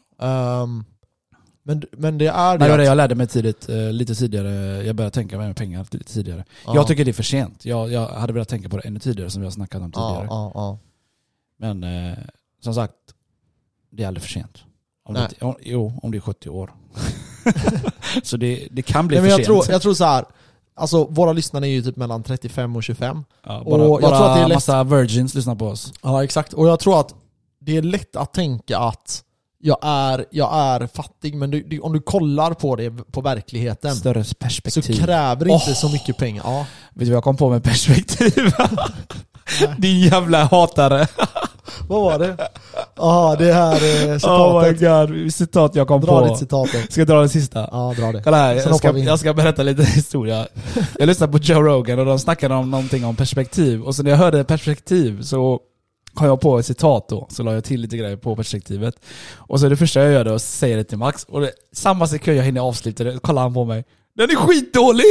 Men det är det. Jag lärde mig tidigt, lite tidigare. Jag började tänka med pengar lite tidigare. Ja. Jag tycker det är för sent. Jag hade velat tänka på det ännu tidigare, som vi har snackat om tidigare. Ja. Men som sagt, det är aldrig för sent. Om det är 70 år. Så det kan bli för sent. Jag tror så här. Alltså våra lyssnare är ju typ mellan 35 och 25. Ja, bara jag tror att det är massa virgins lyssnar på oss. Ja, exakt. Och jag tror att det är lätt att tänka att jag är fattig, men om du kollar på det på verkligheten, större perspektiv, så kräver det inte så mycket pengar. Ja. Vet du vad jag kom på med perspektiv? Din jävla hatare. Vad var det? Ja, det här citatet. Oh my god, citat jag kom på. Dra ditt citat. Ska jag dra den sista? Ja, dra det. Kolla här, jag ska berätta lite historia. Jag lyssnade på Joe Rogan och de snackade om någonting om perspektiv. Och så när jag hörde perspektiv så har jag på ett citat då. Så la jag till lite grejer på perspektivet. Och så det första jag gör då, säger det till Max. Och samma sekund jag hinner avsluta det, kollar han på mig. Den är skitdålig!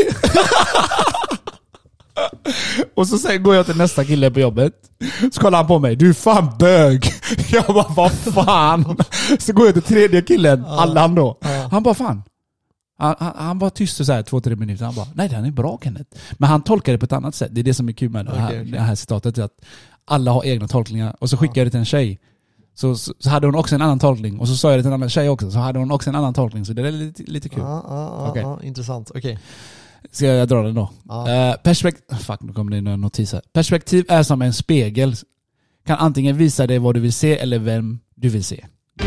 Och så går jag till nästa kille på jobbet. Så kollar han på mig. Du är fan bög. Jag bara, vad fan. Så går jag till tredje killen, Allan då. Han bara, fan. Han var tyst så här 2-3 minuter. Han bara, nej, den är bra, Kenneth. Men han tolkar det på ett annat sätt. Det är det som är kul med det här citatet. Att alla har egna tolkningar. Och så skickar jag det till en tjej. Så hade hon också en annan tolkning. Och så sa jag det till en annan tjej också. Så hade hon också en annan tolkning. Så det är lite kul. Intressant. Okej. Ska jag dra den då? Nu kommer det in en notis här. Perspektiv är som en spegel. Kan antingen visa dig vad du vill se eller vem du vill se.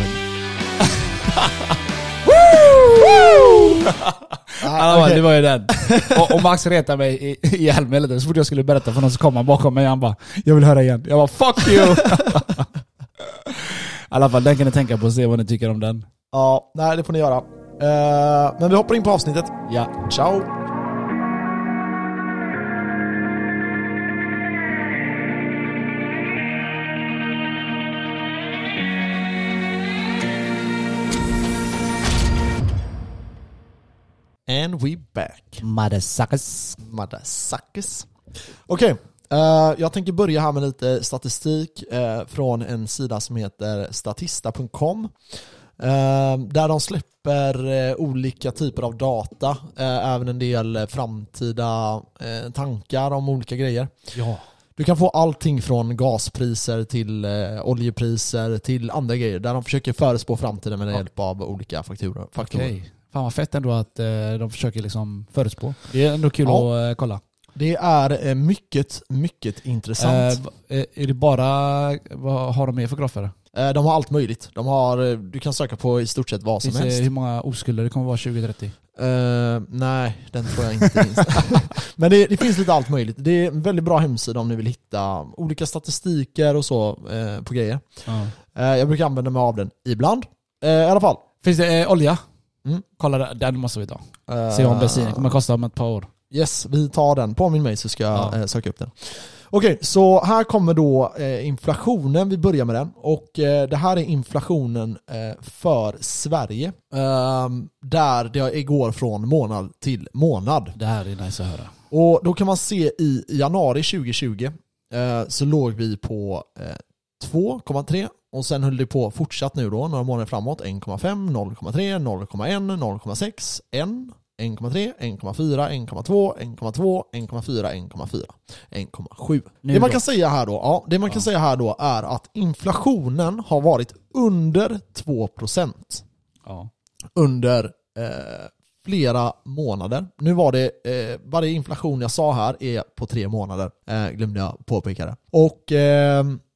Det var ju den. Och Max retade mig i helmelet. Så fort jag skulle berätta för någon så kom han bakom mig. Han bara, jag vill höra igen. Jag bara, fuck you. I alla fall, den kan ni tänka på och se vad ni tycker om den. Ja, nej, det får ni göra. Men vi hoppar in på avsnittet. Ja, ciao. And we back. Mothersuckers. Okej, jag tänker börja här med lite statistik från en sida som heter statista.com. Där de släpper olika typer av data, även en del framtida tankar om olika grejer. Ja. Du kan få allting från gaspriser till oljepriser till andra grejer, där de försöker förespå framtiden med hjälp av olika faktorer. Okay. Fan vad fett ändå att de försöker liksom förespå. Det är ändå kul att kolla. Det är mycket, mycket intressant. Är det bara, vad har de med för grafer? De har allt möjligt. Du kan söka på i stort sett vad som helst. Hur många oskulder det kommer vara 2030? Nej, den tror jag inte finns. Men det finns lite allt möjligt. Det är en väldigt bra hemsida om ni vill hitta olika statistiker och så på grejer. Jag brukar använda mig av den ibland. I alla fall. Finns det olja? Kolla, den måste vi ta. Se om bensinen kommer kosta om ett par år. Yes, vi tar den. Påminn mig så ska jag söka upp den. Okej, så här kommer då inflationen. Vi börjar med den. Och det här är inflationen för Sverige. Där det går från månad till månad. Det här är nice att höra. Och då kan man se i januari 2020 så låg vi på 2,3. Och sen höll det på fortsatt nu då, några månader framåt. 1,5, 0,3, 0,1, 0,6, 1, 1,3, 1,4, 1,2, 1,2, 1,4, 1,4, 1,7. Det man kan säga här då, är att inflationen har varit under 2% under flera månader. Nu var det varje inflation jag sa här är på 3 månader, glömde jag påpeka det. Och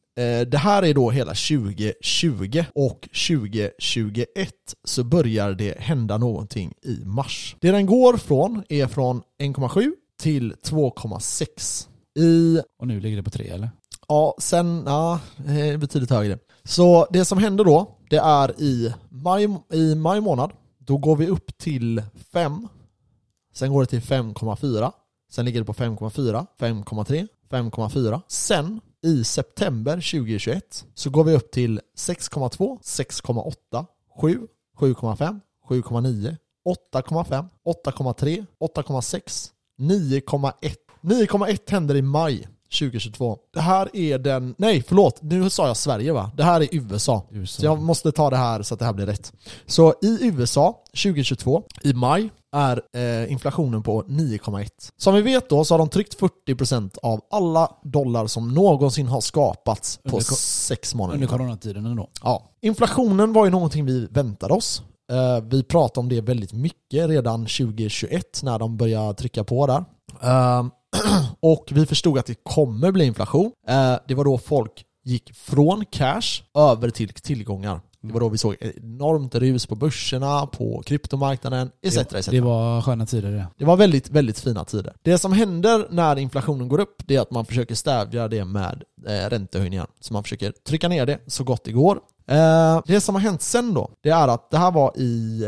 det här är då hela 2020 och 2021 så börjar det hända någonting i mars. Det den går från är från 1,7 till 2,6. Och nu ligger det på 3 eller? Ja, sen betydligt högre. Så det som händer då, det är i maj månad, då går vi upp till 5. Sen går det till 5,4. Sen ligger det på 5,4, 5,3, 5,4. Sen i september 2021 så går vi upp till 6,2, 6,8, 7, 7,5, 7,9, 8,5, 8,3, 8,6, 9,1. 9,1 händer i maj 2022. Det här är nu sa jag Sverige va? Det här är USA. Så jag måste ta det här så att det här blir rätt. Så i USA 2022 i maj är inflationen på 9,1. Som vi vet då så har de tryckt 40% av alla dollar som någonsin har skapats på 6 månader. Under coronatiden ändå. Ja. Inflationen var ju någonting vi väntade oss. Vi pratade om det väldigt mycket redan 2021 när de började trycka på där. Och vi förstod att det kommer bli inflation. Det var då folk gick från cash över till tillgångar. Det var då vi såg enormt rus på börserna, på kryptomarknaden, etc. Det var sköna tider det. Det var väldigt, väldigt fina tider. Det som händer när inflationen går upp, det är att man försöker stävja det med räntehöjningar. Så man försöker trycka ner det så gott det går. Det som har hänt sen då, det är att det här var i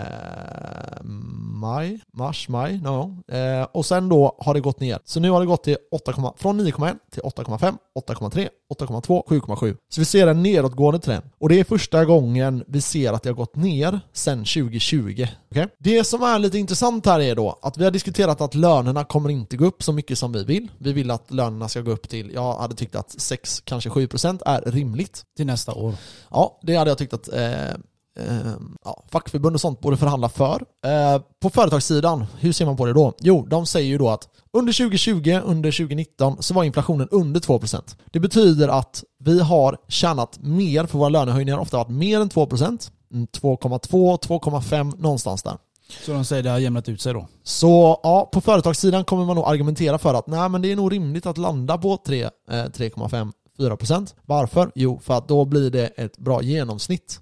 maj. Och sen då har det gått ner. Så nu har det gått till från 9,1 till 8,5, 8,3, 8,2, 7,7. Så vi ser en nedåtgående trend. Och det är första gången vi ser att det har gått ner sedan 2020. Okay? Det som är lite intressant här är då att vi har diskuterat att lönerna kommer inte gå upp så mycket som vi vill. Vi vill att lönerna ska gå upp till, jag hade tyckt att 6, kanske 7% är rimligt. Till nästa år. Ja, det hade jag tyckt att fackförbund och sånt borde förhandla för. På företagssidan, hur ser man på det då? Jo, de säger ju då att under 2020, under 2019 så var inflationen under 2%. Det betyder att vi har tjänat mer för våra lönehöjningar, ofta varit mer än 2%. 2,2, 2,5 någonstans där. Så de säger att det har jämnat ut sig då? Så ja, på företagssidan kommer man nog argumentera för att nej, men det är nog rimligt att landa på 3,5 4%. Varför? Jo, för att då blir det ett bra genomsnitt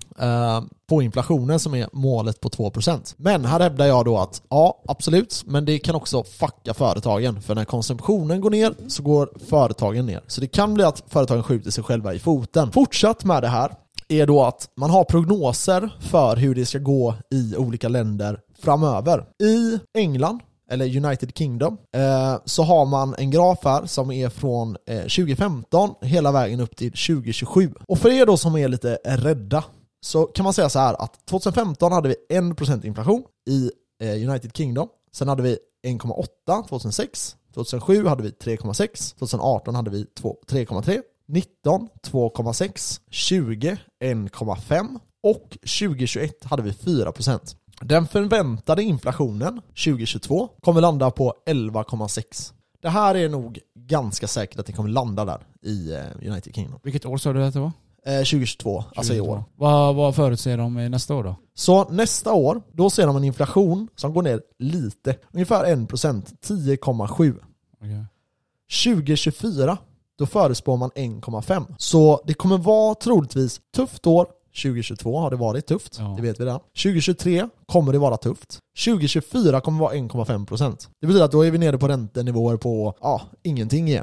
på inflationen som är målet på 2%. Men här hävdar jag då att ja, absolut, men det kan också fucka företagen. För när konsumtionen går ner så går företagen ner. Så det kan bli att företagen skjuter sig själva i foten. Fortsatt med det här är då att man har prognoser för hur det ska gå i olika länder framöver. I England eller United Kingdom, så har man en graf här som är från 2015 hela vägen upp till 2027. Och för er då som är lite rädda så kan man säga så här att 2015 hade vi 1% inflation i United Kingdom. Sen hade vi 1,8 2006. 2007 hade vi 3,6. 2018 hade vi 3,3. 19 2,6. 20 1,5. Och 2021 hade vi 4%. Den förväntade inflationen 2022 kommer landa på 11,6. Det här är nog ganska säkert att det kommer landa där i United Kingdom. Vilket år sa du att det var? 2022, alltså i år. Vad förutser de i nästa år då? Så nästa år, då ser de en inflation som går ner lite. Ungefär 1%, 10,7. Okay. 2024, då förespår man 1,5. Så det kommer vara troligtvis tufft år. 2022 har det varit tufft, det vet vi där. 2023 kommer det vara tufft. 2024 kommer det vara 1,5%. Det betyder att då är vi nere på räntenivåer på ingenting igen.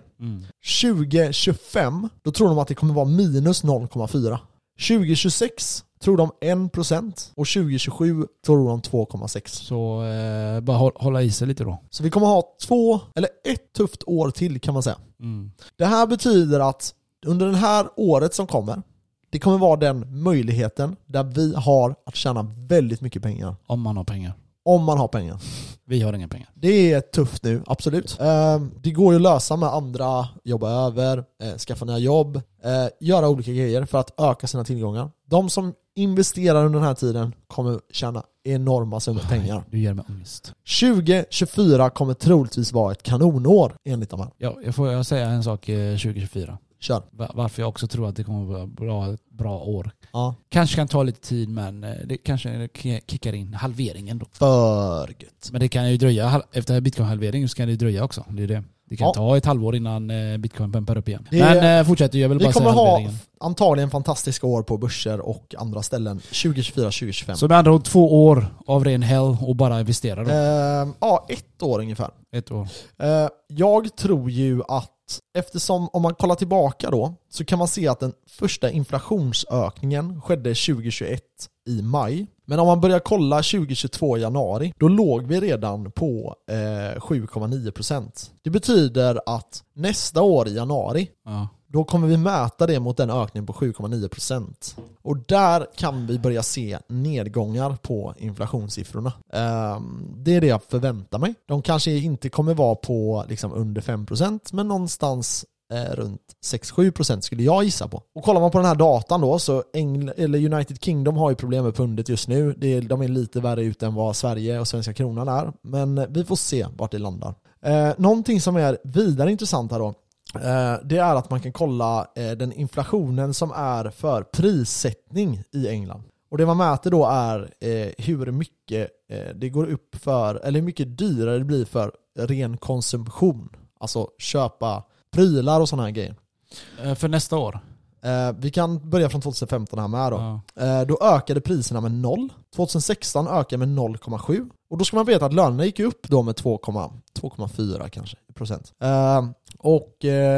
2025, då tror de att det kommer vara minus 0,4. 2026 tror de 1% och 2027 tror de 2,6. Så bara hålla i sig lite då. Så vi kommer ha ett tufft år till kan man säga. Det här betyder att under det här året som kommer, det kommer vara den möjligheten där vi har att tjäna väldigt mycket pengar. Om man har pengar. Om man har pengar. Vi har inga pengar. Det är tufft nu, absolut. Det går ju att lösa med andra, jobba över, skaffa nya jobb, göra olika grejer för att öka sina tillgångar. De som investerar under den här tiden kommer tjäna enorma summor pengar. Du ger mig ångest. 2024 kommer troligtvis vara ett kanonår enligt de här. Ja, jag säga en sak 2024. Kör. Varför jag också tror att det kommer vara bra år. Ja. Kanske kan ta lite tid, men det kanske kickar in halveringen då. För gött. Men det kan ju dröja, efter bitcoin-halvering så kan det dröja också. Det är det. Det kan ta ett halvår innan bitcoin pumpar upp igen. Men fortsätter jag väl bara säga halveringen. Vi kommer ha antagligen fantastiska år på börser och andra ställen 2024-2025. Så med andra ord 2 år av ren hell och bara investera då? Ja, 1 år ungefär. 1 år. Jag tror ju att eftersom om man kollar tillbaka då så kan man se att den första inflationsökningen skedde 2021 i maj. Men om man börjar kolla 2022 i januari, då låg vi redan på 7,9%. Det betyder att nästa år i januari, då kommer vi mäta det mot den ökningen på 7,9%. Och där kan vi börja se nedgångar på inflationssiffrorna. Det är det jag förväntar mig. De kanske inte kommer vara på liksom under 5%, men någonstans runt 6-7% skulle jag gissa på. Och kollar man på den här datan då, så United Kingdom har ju problem med pundet just nu. De är lite värre ut än vad Sverige och svenska kronan är. Men vi får se vart det landar. Någonting som är vidare intressant här då, det är att man kan kolla den inflationen som är för prissättning i England. Och det man mäter då är hur mycket det går upp för, eller hur mycket dyrare det blir för ren konsumtion. Alltså köpa prylar och sådana här grejer. För nästa år? Vi kan börja från 2015 här med då. Då ökade priserna med 0. 2016 ökade med 0,7. Och då ska man veta att lönerna gick upp då med 2,4 kanske procent. Och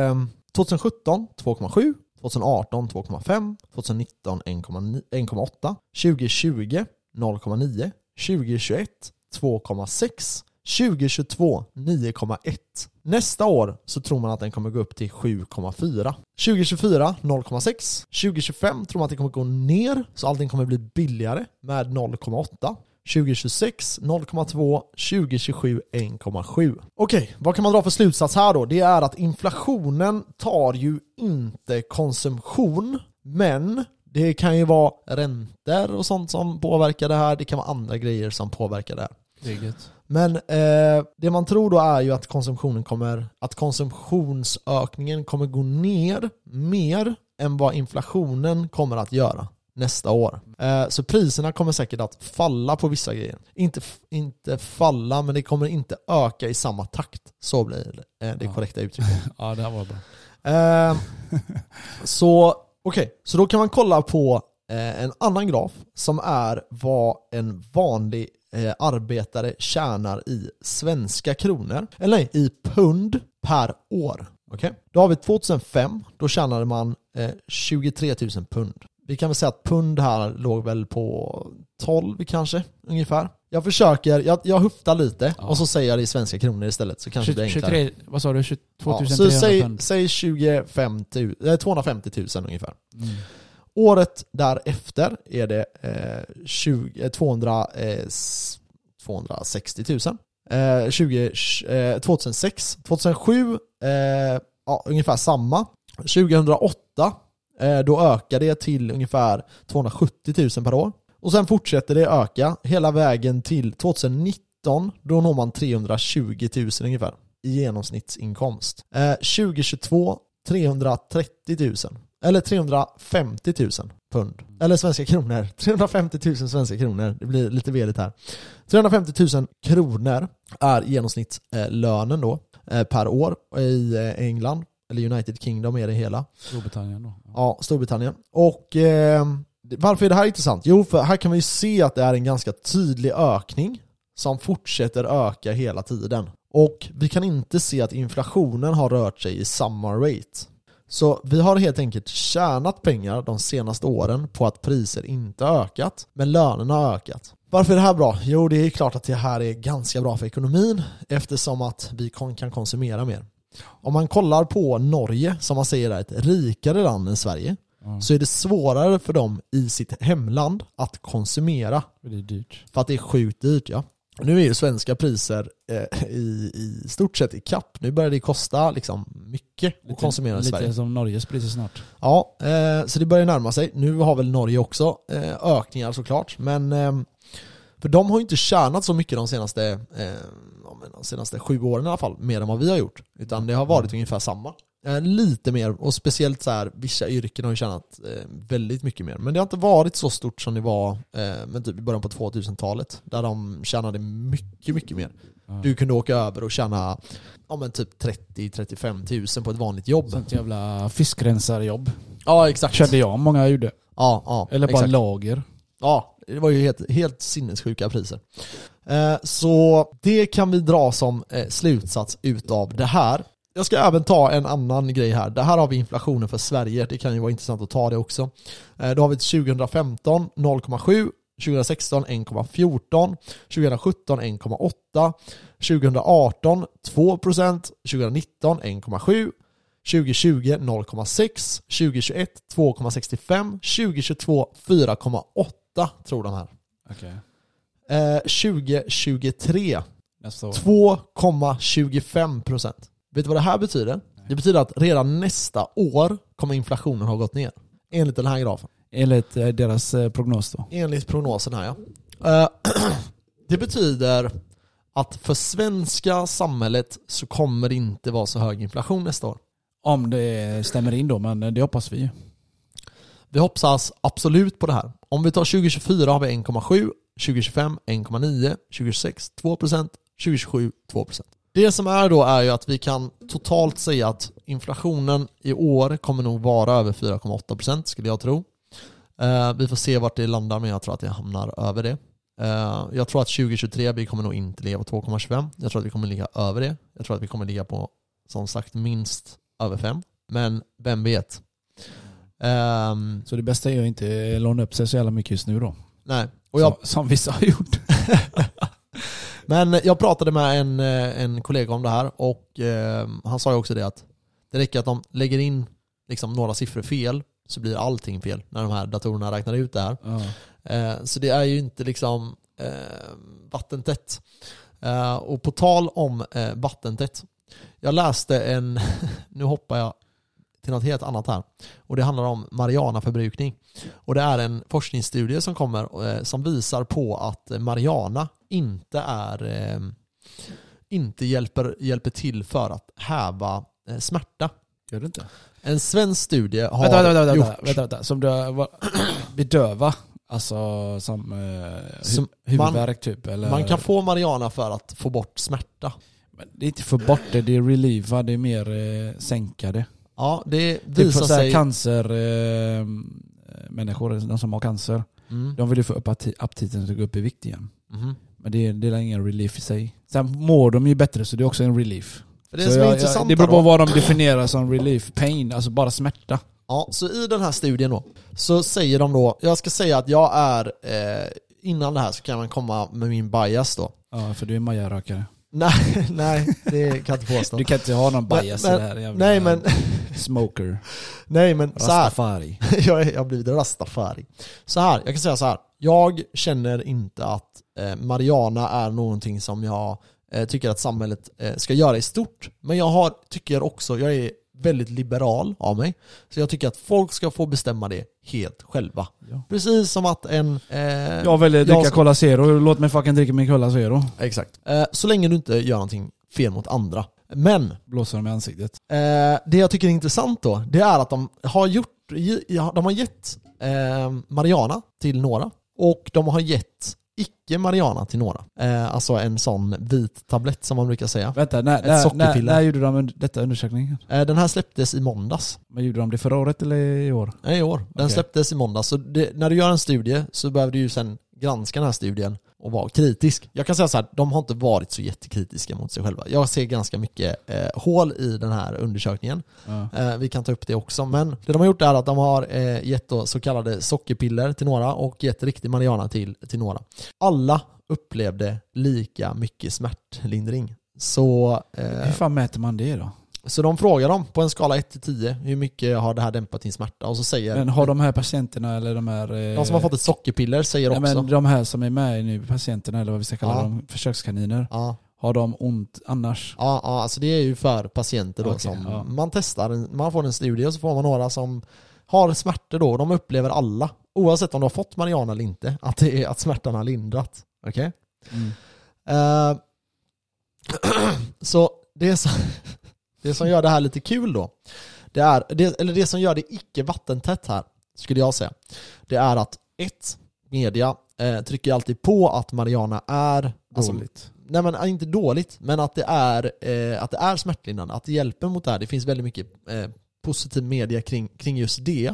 2017 2,7. 2018 2,5. 2019 1,8. 2020 0,9. 2021 2,6. 2022 9,1. Nästa år så tror man att den kommer gå upp till 7,4. 2024 0,6. 2025 tror man att det kommer gå ner, så allting kommer bli billigare med 0,8. 2026 0,2. 2027 1,7. Okej, vad kan man dra för slutsats här då? Det är att inflationen tar ju inte konsumtion, men det kan ju vara räntor och sånt som påverkar det här. Det kan vara andra grejer som påverkar det här. Det är gött. Men det man tror då är ju att konsumtionsökningen kommer gå ner mer än vad inflationen kommer att göra nästa år. Så priserna kommer säkert att falla på vissa grejer. Inte falla, men det kommer inte öka i samma takt. Så blir det korrekta uttrycket. Ja, det här var bra. Så då kan man kolla på en annan graf som är vad en vanlig arbetare tjänar i svenska kronor, eller i pund per år. Okay? Då har vi 2005, då tjänade man 23 000 pund. Vi kan väl säga att pund här låg väl på 12 kanske, ungefär. Jag försöker, jag huftar lite och så säger jag det i svenska kronor istället, så kanske det är enklare. 23, vad sa du? 22 300 så pund? Säg 250 000 ungefär. Året därefter är det 260 000. 2006, 2007 ungefär samma. 2008 då ökar det till ungefär 270 000 per år. Och sen fortsätter det öka hela vägen till 2019. Då når man 320 000 ungefär i genomsnittsinkomst. 2022 330 000. Eller 350 000 pund. Eller svenska kronor. 350 000 svenska kronor. Det blir lite veligt här. 350 000 kronor är genomsnittslönen då per år i England. Eller United Kingdom är det hela. Storbritannien då. Ja, Storbritannien. Och varför är det här intressant? Jo, för här kan vi se att det är en ganska tydlig ökning som fortsätter öka hela tiden. Och vi kan inte se att inflationen har rört sig i samma rate. Så vi har helt enkelt tjänat pengar de senaste åren på att priser inte har ökat, men lönerna har ökat. Varför är det här bra? Jo, det är klart att det här är ganska bra för ekonomin eftersom att vi kan konsumera mer. Om man kollar på Norge, som man säger är ett rikare land än Sverige, så är det svårare för dem i sitt hemland att konsumera. Det är dyrt. För att det är sjukt dyrt, ja. Nu är ju svenska priser i stort sett i kapp. Nu börjar det kosta liksom mycket att konsumera i Sverige. Lite som Norges priser snart. Ja, så det börjar närma sig. Nu har väl Norge också ökningar såklart. Men för de har ju inte tjänat så mycket de senaste 7 åren i alla fall. Mer än vad vi har gjort. Utan det har varit ungefär samma. Lite mer, och speciellt så här, vissa yrken har ju tjänat väldigt mycket mer. Men det har inte varit så stort som det var men typ i början på 2000-talet, där de tjänade mycket, mycket mer. Du kunde åka över och tjäna typ 30-35 000 på ett vanligt jobb. Sånt jävla fiskrensarjobb. Ja, exakt. Kände jag många gjorde. Ja, eller bara exakt. Lager. Ja, det var ju helt sinnessjuka priser. Så det kan vi dra som slutsats utav det här. Jag ska även ta en annan grej här. Det här har vi inflationen för Sverige. Det kan ju vara intressant att ta det också. Då har vi 2015 0,7, 2016 1,14, 2017 1,8, 2018 2%, 2019 1,7, 2020 0,6, 2021 2,65, 2022 4,8 tror de här. Okay. 2023 2,25%. Vet du vad det här betyder? Det betyder att redan nästa år kommer inflationen ha gått ner. Enligt den här grafen. Enligt deras prognos då? Enligt prognosen här, ja. Det betyder att för svenska samhället så kommer det inte vara så hög inflation nästa år. Om det stämmer in då, men det hoppas vi ju. Vi hoppas absolut på det här. Om vi tar 2024 har vi 1,7, 2025 1,9, 2026 2%, 2027 2%. Det som är då är ju att vi kan totalt säga att inflationen i år kommer nog vara över 4,8% skulle jag tro. Vi får se vart det landar, men jag tror att det hamnar över det. Jag tror att 2023 vi kommer nog inte ligga på 2,25. Jag tror att vi kommer ligga över det. Jag tror att vi kommer ligga på, som sagt, minst över 5. Men vem vet? Så det bästa är ju inte låna upp sig så jävla mycket just nu då. Nej. Och som vissa har gjort. Men jag pratade med en kollega om det här, och han sa ju också det att det räcker att de lägger in liksom några siffror fel så blir allting fel när de här datorerna räknar ut det här. Så det är ju inte liksom vattentätt. Och på tal om vattentätt, jag läste nu hoppar jag till något helt annat här, och det handlar om marijuanaförbrukning. Och det är en forskningsstudie som kommer som visar på att marijuana inte hjälper till för att häva smärta. Gör det inte? En svensk studie har Vänta. Som bedöva, alltså som huvudvärk typ, eller? Man kan få marijuana för att få bort smärta. Men det är inte få bort det, det är relieva, det är mer sänka det. Ja, det visar sig. Cancer människor, de som har cancer, de vill ju få upp aptiten att gå upp i vikt igen. Men det är ingen relief i sig. Sen mår de ju bättre, så det är också en relief. Det beror på vad de definierar som relief. Pain, alltså bara smärta. Ja, så i den här studien då, så säger de då, jag ska säga att jag är, innan det här så kan man komma med min bias då. Ja, för du är majarökare. Nej, det kan jag inte påstå. Du kan inte ha någon bias i det här jävla nej, men smoker. Nej, men Rastafari. Så här, jag har blivit rastafari. Så här, jag kan säga så här. Jag känner inte att marijuana är någonting som jag tycker att samhället ska göra i stort. Men jag är väldigt liberal av mig. Så jag tycker att folk ska få bestämma det helt själva. Ja. Precis som att jag vill dricka Cola Zero, låt mig fucking dricka min Cola Zero. Exakt. Så länge du inte gör någonting fel mot andra. Men blåser dem i ansiktet. Det jag tycker är intressant då, det är att de har gett marijuana till några, och de har gett icke marijuana till några. Alltså en sån vit tablett som man brukar säga. Vänta, när gjorde de detta undersökningen? Den här släpptes i måndags. Men gjorde de det förra året eller i år? Nej, i år. Den släpptes i måndags. Så när du gör en studie så behöver du ju sen granska den här studien och vara kritisk. Jag kan säga så här, de har inte varit så jättekritiska mot sig själva. Jag ser ganska mycket hål i den här undersökningen. Vi kan ta upp det också. Men det de har gjort är att de har gett då så kallade sockerpiller till några och gett riktig marijuana till några. Alla upplevde lika mycket smärtlindring. Så hur fan mäter man det då? Så de frågar dem på en skala 1-10 hur mycket har det här dämpat din smärta, och så säger... Men har de här patienterna eller de här... De som har fått ett sockerpiller säger också... Men de här som är med nu, patienterna eller vad vi ska kalla dem, försökskaniner, har de ont annars? Ja, alltså det är ju för patienter då man testar, man får en studie och så får man några som har smärtor då, de upplever alla, oavsett om de har fått marijuana eller inte, att det är att smärtan har lindrat. Okej? Så det är så... Det som gör det här lite kul då, det som gör det icke vattentätt här, skulle jag säga, det är att media trycker alltid på att marijuana är dåligt. Nej, men inte dåligt, men att det är smärtlindrande, att det hjälper mot det här. Det finns väldigt mycket positiv media kring just det.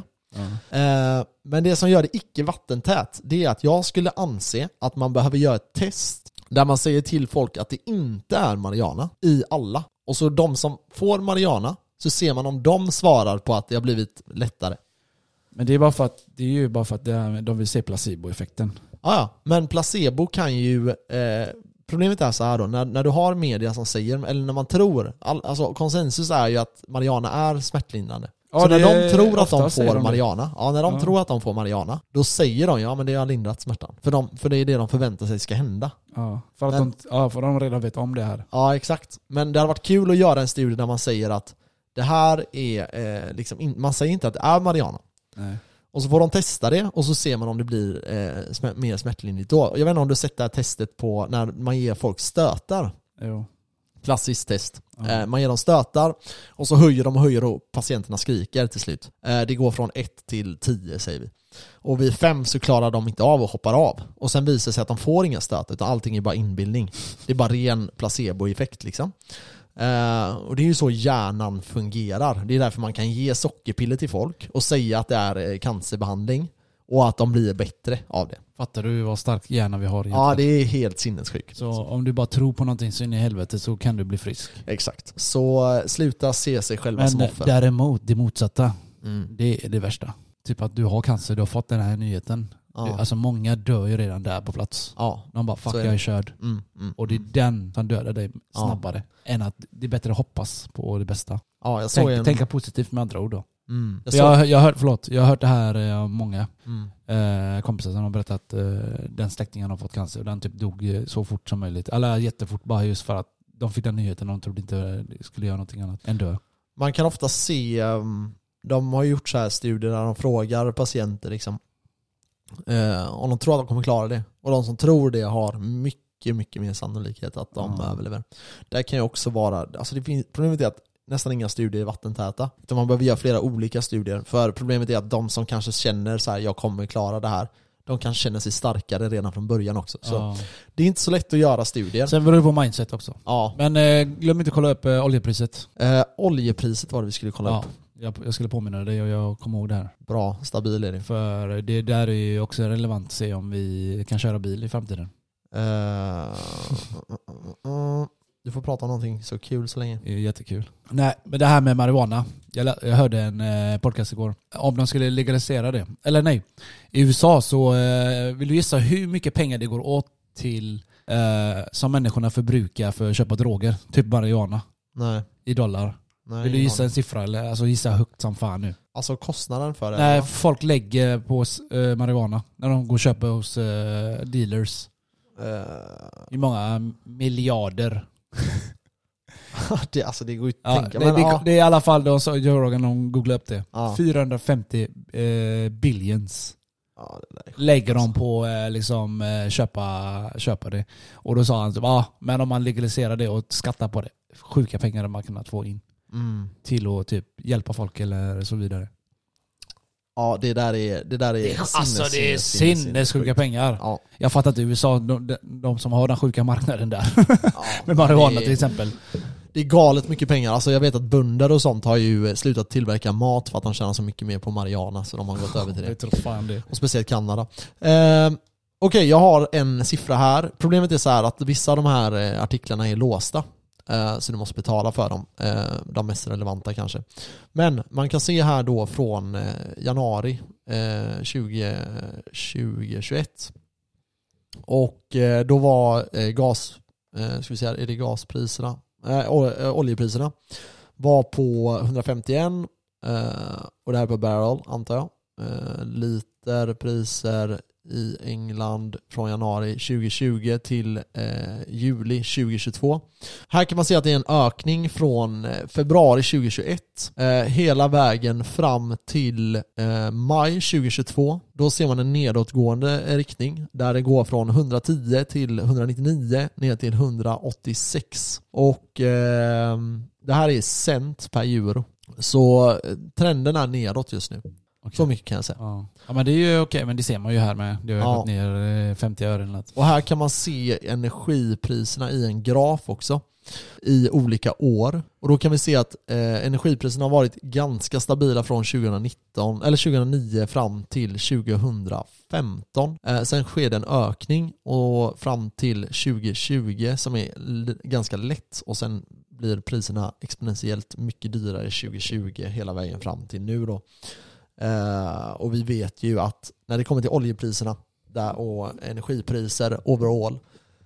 Men det som gör det icke vattentät, det är att jag skulle anse att man behöver göra ett test där man säger till folk att det inte är marijuana i alla. Och så de som får marijuana, så ser man om de svarar på att det har blivit lättare. Men det är ju bara för att de vill se placeboeffekten. Ja, men placebo kan ju... problemet är så här då, när du har media som säger, eller när man tror, alltså konsensus är ju att marijuana är smärtlindrande. Ja, så när de tror att de får marijuana, tror att de får marijuana, då säger de men det har lindrat smärtan. För det är det de förväntar sig ska hända. Ja, för de redan vet om det här. Ja, exakt. Men det hade varit kul att göra en studie där man säger att det här är man säger inte att det är marijuana. Nej. Och så får de testa det och så ser man om det blir mer smärtlindrigt då. Jag vet inte om du sett det här testet på när man ger folk stötar. Jo. Klassiskt test. Man ger dem stötar och så höjer och patienterna skriker till slut. Det går från 1 till 10 säger vi. Och vid 5 så klarar de inte av och hoppar av. Och sen visar det sig att de får inga stötar utan allting är bara inbildning. Det är bara ren placeboeffekt liksom. Och det är ju så hjärnan fungerar. Det är därför man kan ge sockerpiller till folk och säga att det är cancerbehandling och att de blir bättre av det. Fattar du vad stark hjärna vi har egentligen? Ja, det är helt sinnessjukt. Så om du bara tror på någonting så in i helvete så kan du bli frisk. Exakt. Så sluta se sig själva som offer. Men däremot, det motsatta, det är det värsta. Typ att du har cancer, du har fått den här nyheten. Ja. Alltså många dör ju redan där på plats. Ja. De bara, fuck jag är körd. Och det är den som dödar dig snabbare. Än att det är bättre att hoppas på det bästa. Ja, tänka positivt med andra ord då. Jag har hört det här av många kompisar som har berättat att den släktingen har fått cancer och den typ dog så fort som möjligt. Eller jättefort bara just för att de fick den nyheten och de trodde inte det skulle göra någonting annat än dö. Man kan ofta se, de har gjort så här studier där de frågar patienter liksom, om de tror att de kommer klara det. Och de som tror det har mycket, mycket mer sannolikhet att de överlever. Det kan ju också vara, alltså problemet är att nästan inga studier är vattentäta. Utan man behöver göra flera olika studier. För problemet är att de som kanske känner så här, jag kommer klara det här, de kan känna sig starkare redan från början också. Så det är inte så lätt att göra studier. Sen beror det på mindset också. Ja. Men glöm inte att kolla upp oljepriset. Oljepriset var det vi skulle kolla upp. Jag skulle påminna dig och jag kommer ihåg det här. Bra, stabil är det. För det där är ju också relevant att se om vi kan köra bil i framtiden. Du får prata om någonting så kul så länge. Det är jättekul. Nej, men det här med marijuana. Jag hörde en podcast igår. Om de skulle legalisera det. Eller nej. I USA så vill du gissa hur mycket pengar det går åt till som människorna förbrukar för att köpa droger. Typ marijuana. Nej. I dollar. Nej, vill du gissa en siffra eller alltså gissa högt som fan nu? Alltså kostnaden för det? Nej, folk lägger på marijuana när de går och köper hos dealers. I många miljarder. det går ju att tänka. Men, det är i alla fall, de googlade upp det. 450 billions lägger de på köpa det. Och då sa han men om man legaliserar det och skattar på det, sjuka pengar man kunnat få in till att typ hjälpa folk eller så vidare. Ja, det där är sinnessjuka pengar. Ja. Jag fattar att USA, de som har den sjuka marknaden där. Med marijuana till exempel. Det är galet mycket pengar. Alltså jag vet att bönder och sånt har ju slutat tillverka mat för att de tjänar så mycket mer på marijuana, så de har gått över till det. Jag tror fan det. Och speciellt Kanada. Okej, jag har en siffra här. Problemet är så här att vissa av de här artiklarna är låsta. Så du måste betala för dem. De mest relevanta kanske. Men man kan se här då från januari 2021. Och då var gaspriserna, oljepriserna var på 151 och det här på barrel antar jag. Literpriser i England från januari 2020 till juli 2022. Här kan man se att det är en ökning från februari 2021 hela vägen fram till maj 2022. Då ser man en nedåtgående riktning där det går från 110 till 199 ner till 186. Och det här är cent per euro. Så trenden är nedåt just nu. Okay. Så mycket kan jag säga. Ja, men det är ju okej, men det ser man ju här med. Det har ju gått ner 50 öre eller något. Och här kan man se energipriserna i en graf också i olika år. Och då kan vi se att energipriserna har varit ganska stabila från 2009 fram till 2015. Sen sker det en ökning och fram till 2020 som är ganska lätt, och sen blir priserna exponentiellt mycket dyrare 2020 hela vägen fram till nu då. Och vi vet ju att när det kommer till oljepriserna och energipriser overall,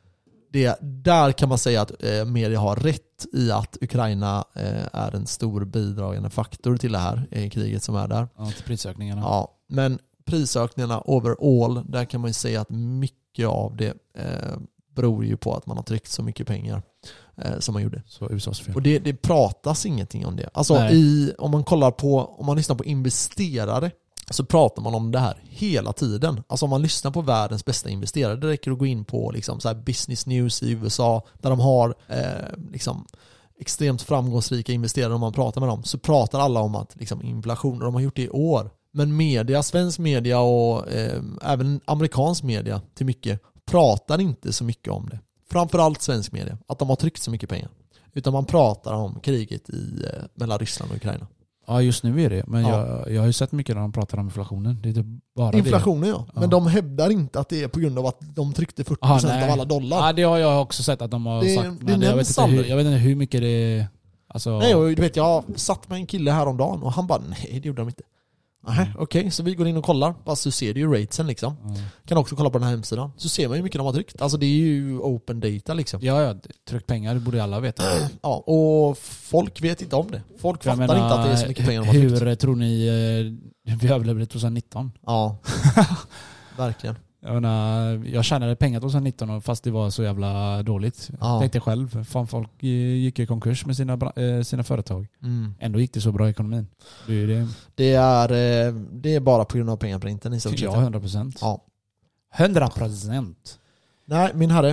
där kan man säga att media har rätt i att Ukraina är en stor bidragande faktor till det här kriget som är där. Ja, till prisökningarna. Ja, men prisökningarna overall, där kan man ju säga att mycket av det beror ju på att man har tryckt så mycket pengar som man gjorde. Så USAs fel. Och det pratas ingenting om det. Alltså om man lyssnar på investerare så pratar man om det här hela tiden. Alltså om man lyssnar på världens bästa investerare, det räcker att gå in på liksom så här business news i USA där de har liksom extremt framgångsrika investerare, om man pratar med dem, så pratar alla om att liksom inflation, och de har gjort det i år. Men media, svensk media och även amerikansk media till mycket pratar inte så mycket om det. Framförallt svensk media, att de har tryckt så mycket pengar. Utan man pratar om kriget mellan Ryssland och Ukraina. Ja, just nu är det. Men jag har ju sett mycket när de pratar om inflationen. Det är bara inflationen, det. Ja. Men de hävdar inte att det är på grund av att de tryckte 40% av alla dollar. Ja, det har jag också sett att de har sagt. Men jag vet inte hur mycket det är. Alltså... Nej, och du vet, jag satt med en kille häromdagen och han bara, nej, det gjorde de inte. Okej, så vi går in och kollar. Fast så ser du ju ratesen liksom. Kan också kolla på den här hemsidan. Så ser man ju hur mycket de har tryckt. Alltså det är ju open data liksom. Ja, tryckt pengar, det borde alla veta. Ja, och folk vet inte om det. Folk fattar inte att det är så mycket pengar de har tryckt. Hur tror ni vi överlevde 2019? Ja, verkligen. Jag tjänade pengar 2019 fast det var så jävla dåligt. Jag tänkte själv, fan, folk gick i konkurs med sina företag. Ändå gick det så bra i ekonomin. Det är bara på grund av pengaprinten i stort sett. 100%. Ja. 100%. Nej, min herre.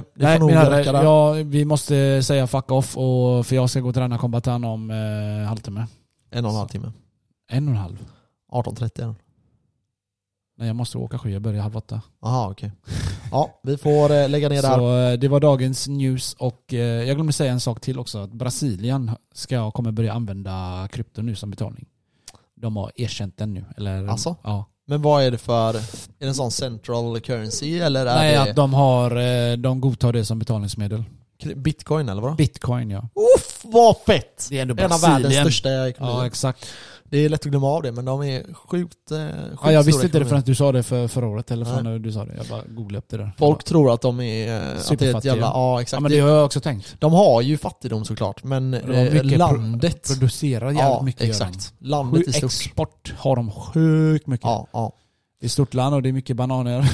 Vi måste säga fuck off, för jag ska gå och träna kombatan om halvtimme. 1,5 timme. 1,5. 18:30. Nej, jag måste åka 7, jag börjar 7:30. Aha, okej. Ja, vi får lägga ner det här. Så det var dagens news, och jag glömde säga en sak till också. Att Brasilien kommer börja använda krypto nu som betalning. De har erkänt den nu. Eller, alltså? Ja. Men vad är det för... Är det en sån central currency? Eller är Nej, att de godtar det som betalningsmedel. Bitcoin eller vad? Bitcoin, ja. Uff, vad fett! Det är ändå en av världens största ekonomier. Ja, exakt. Det är lätt att glömma av det, men de är sjukt jag visste inte det förrän du sa det förra året, eller förrän du sa det. Jag bara googlade upp det där. Folk tror att de är... Att det är ett jävla... Ja, exakt. Ja, men det har jag också tänkt. De har ju fattigom såklart, men landet... Producerar jävligt mycket. Exakt. Landet är stort. Export har de sjukt mycket. Ja. Det är stort land och det är mycket bananer.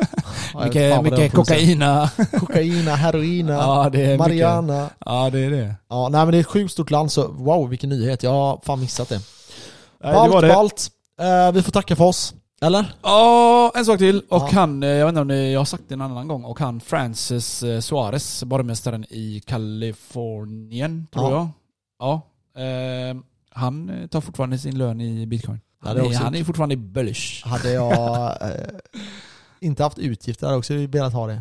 mycket kokaina. Kokaina, heroina, marijuana. Mycket. Ja, det är det. Ja, nej, men det är ett sjukt stort land, så wow, vilken nyhet. Jag har fan missat det. Ballt. Vi får tacka för oss. Eller? Ja, en sak till. Och han, jag vet inte om jag har sagt det en annan gång, och han Francis Suarez, borgmästaren i Kalifornien, tror jag. Ja. Han tar fortfarande sin lön i Bitcoin. Han är fortfarande bullish. Hade jag inte haft utgifter hade jag också velat ha det.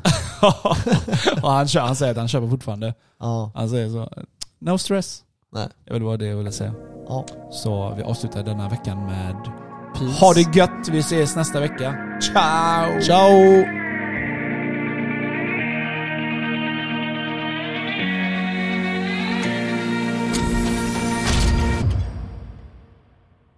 Och han säger att han köper fortfarande. Ja. Han säger så, no stress. Nej. Det var det jag ville säga. Ja. Så vi avslutar denna veckan med peace. Ha det gött, vi ses nästa vecka. Ciao! Ciao!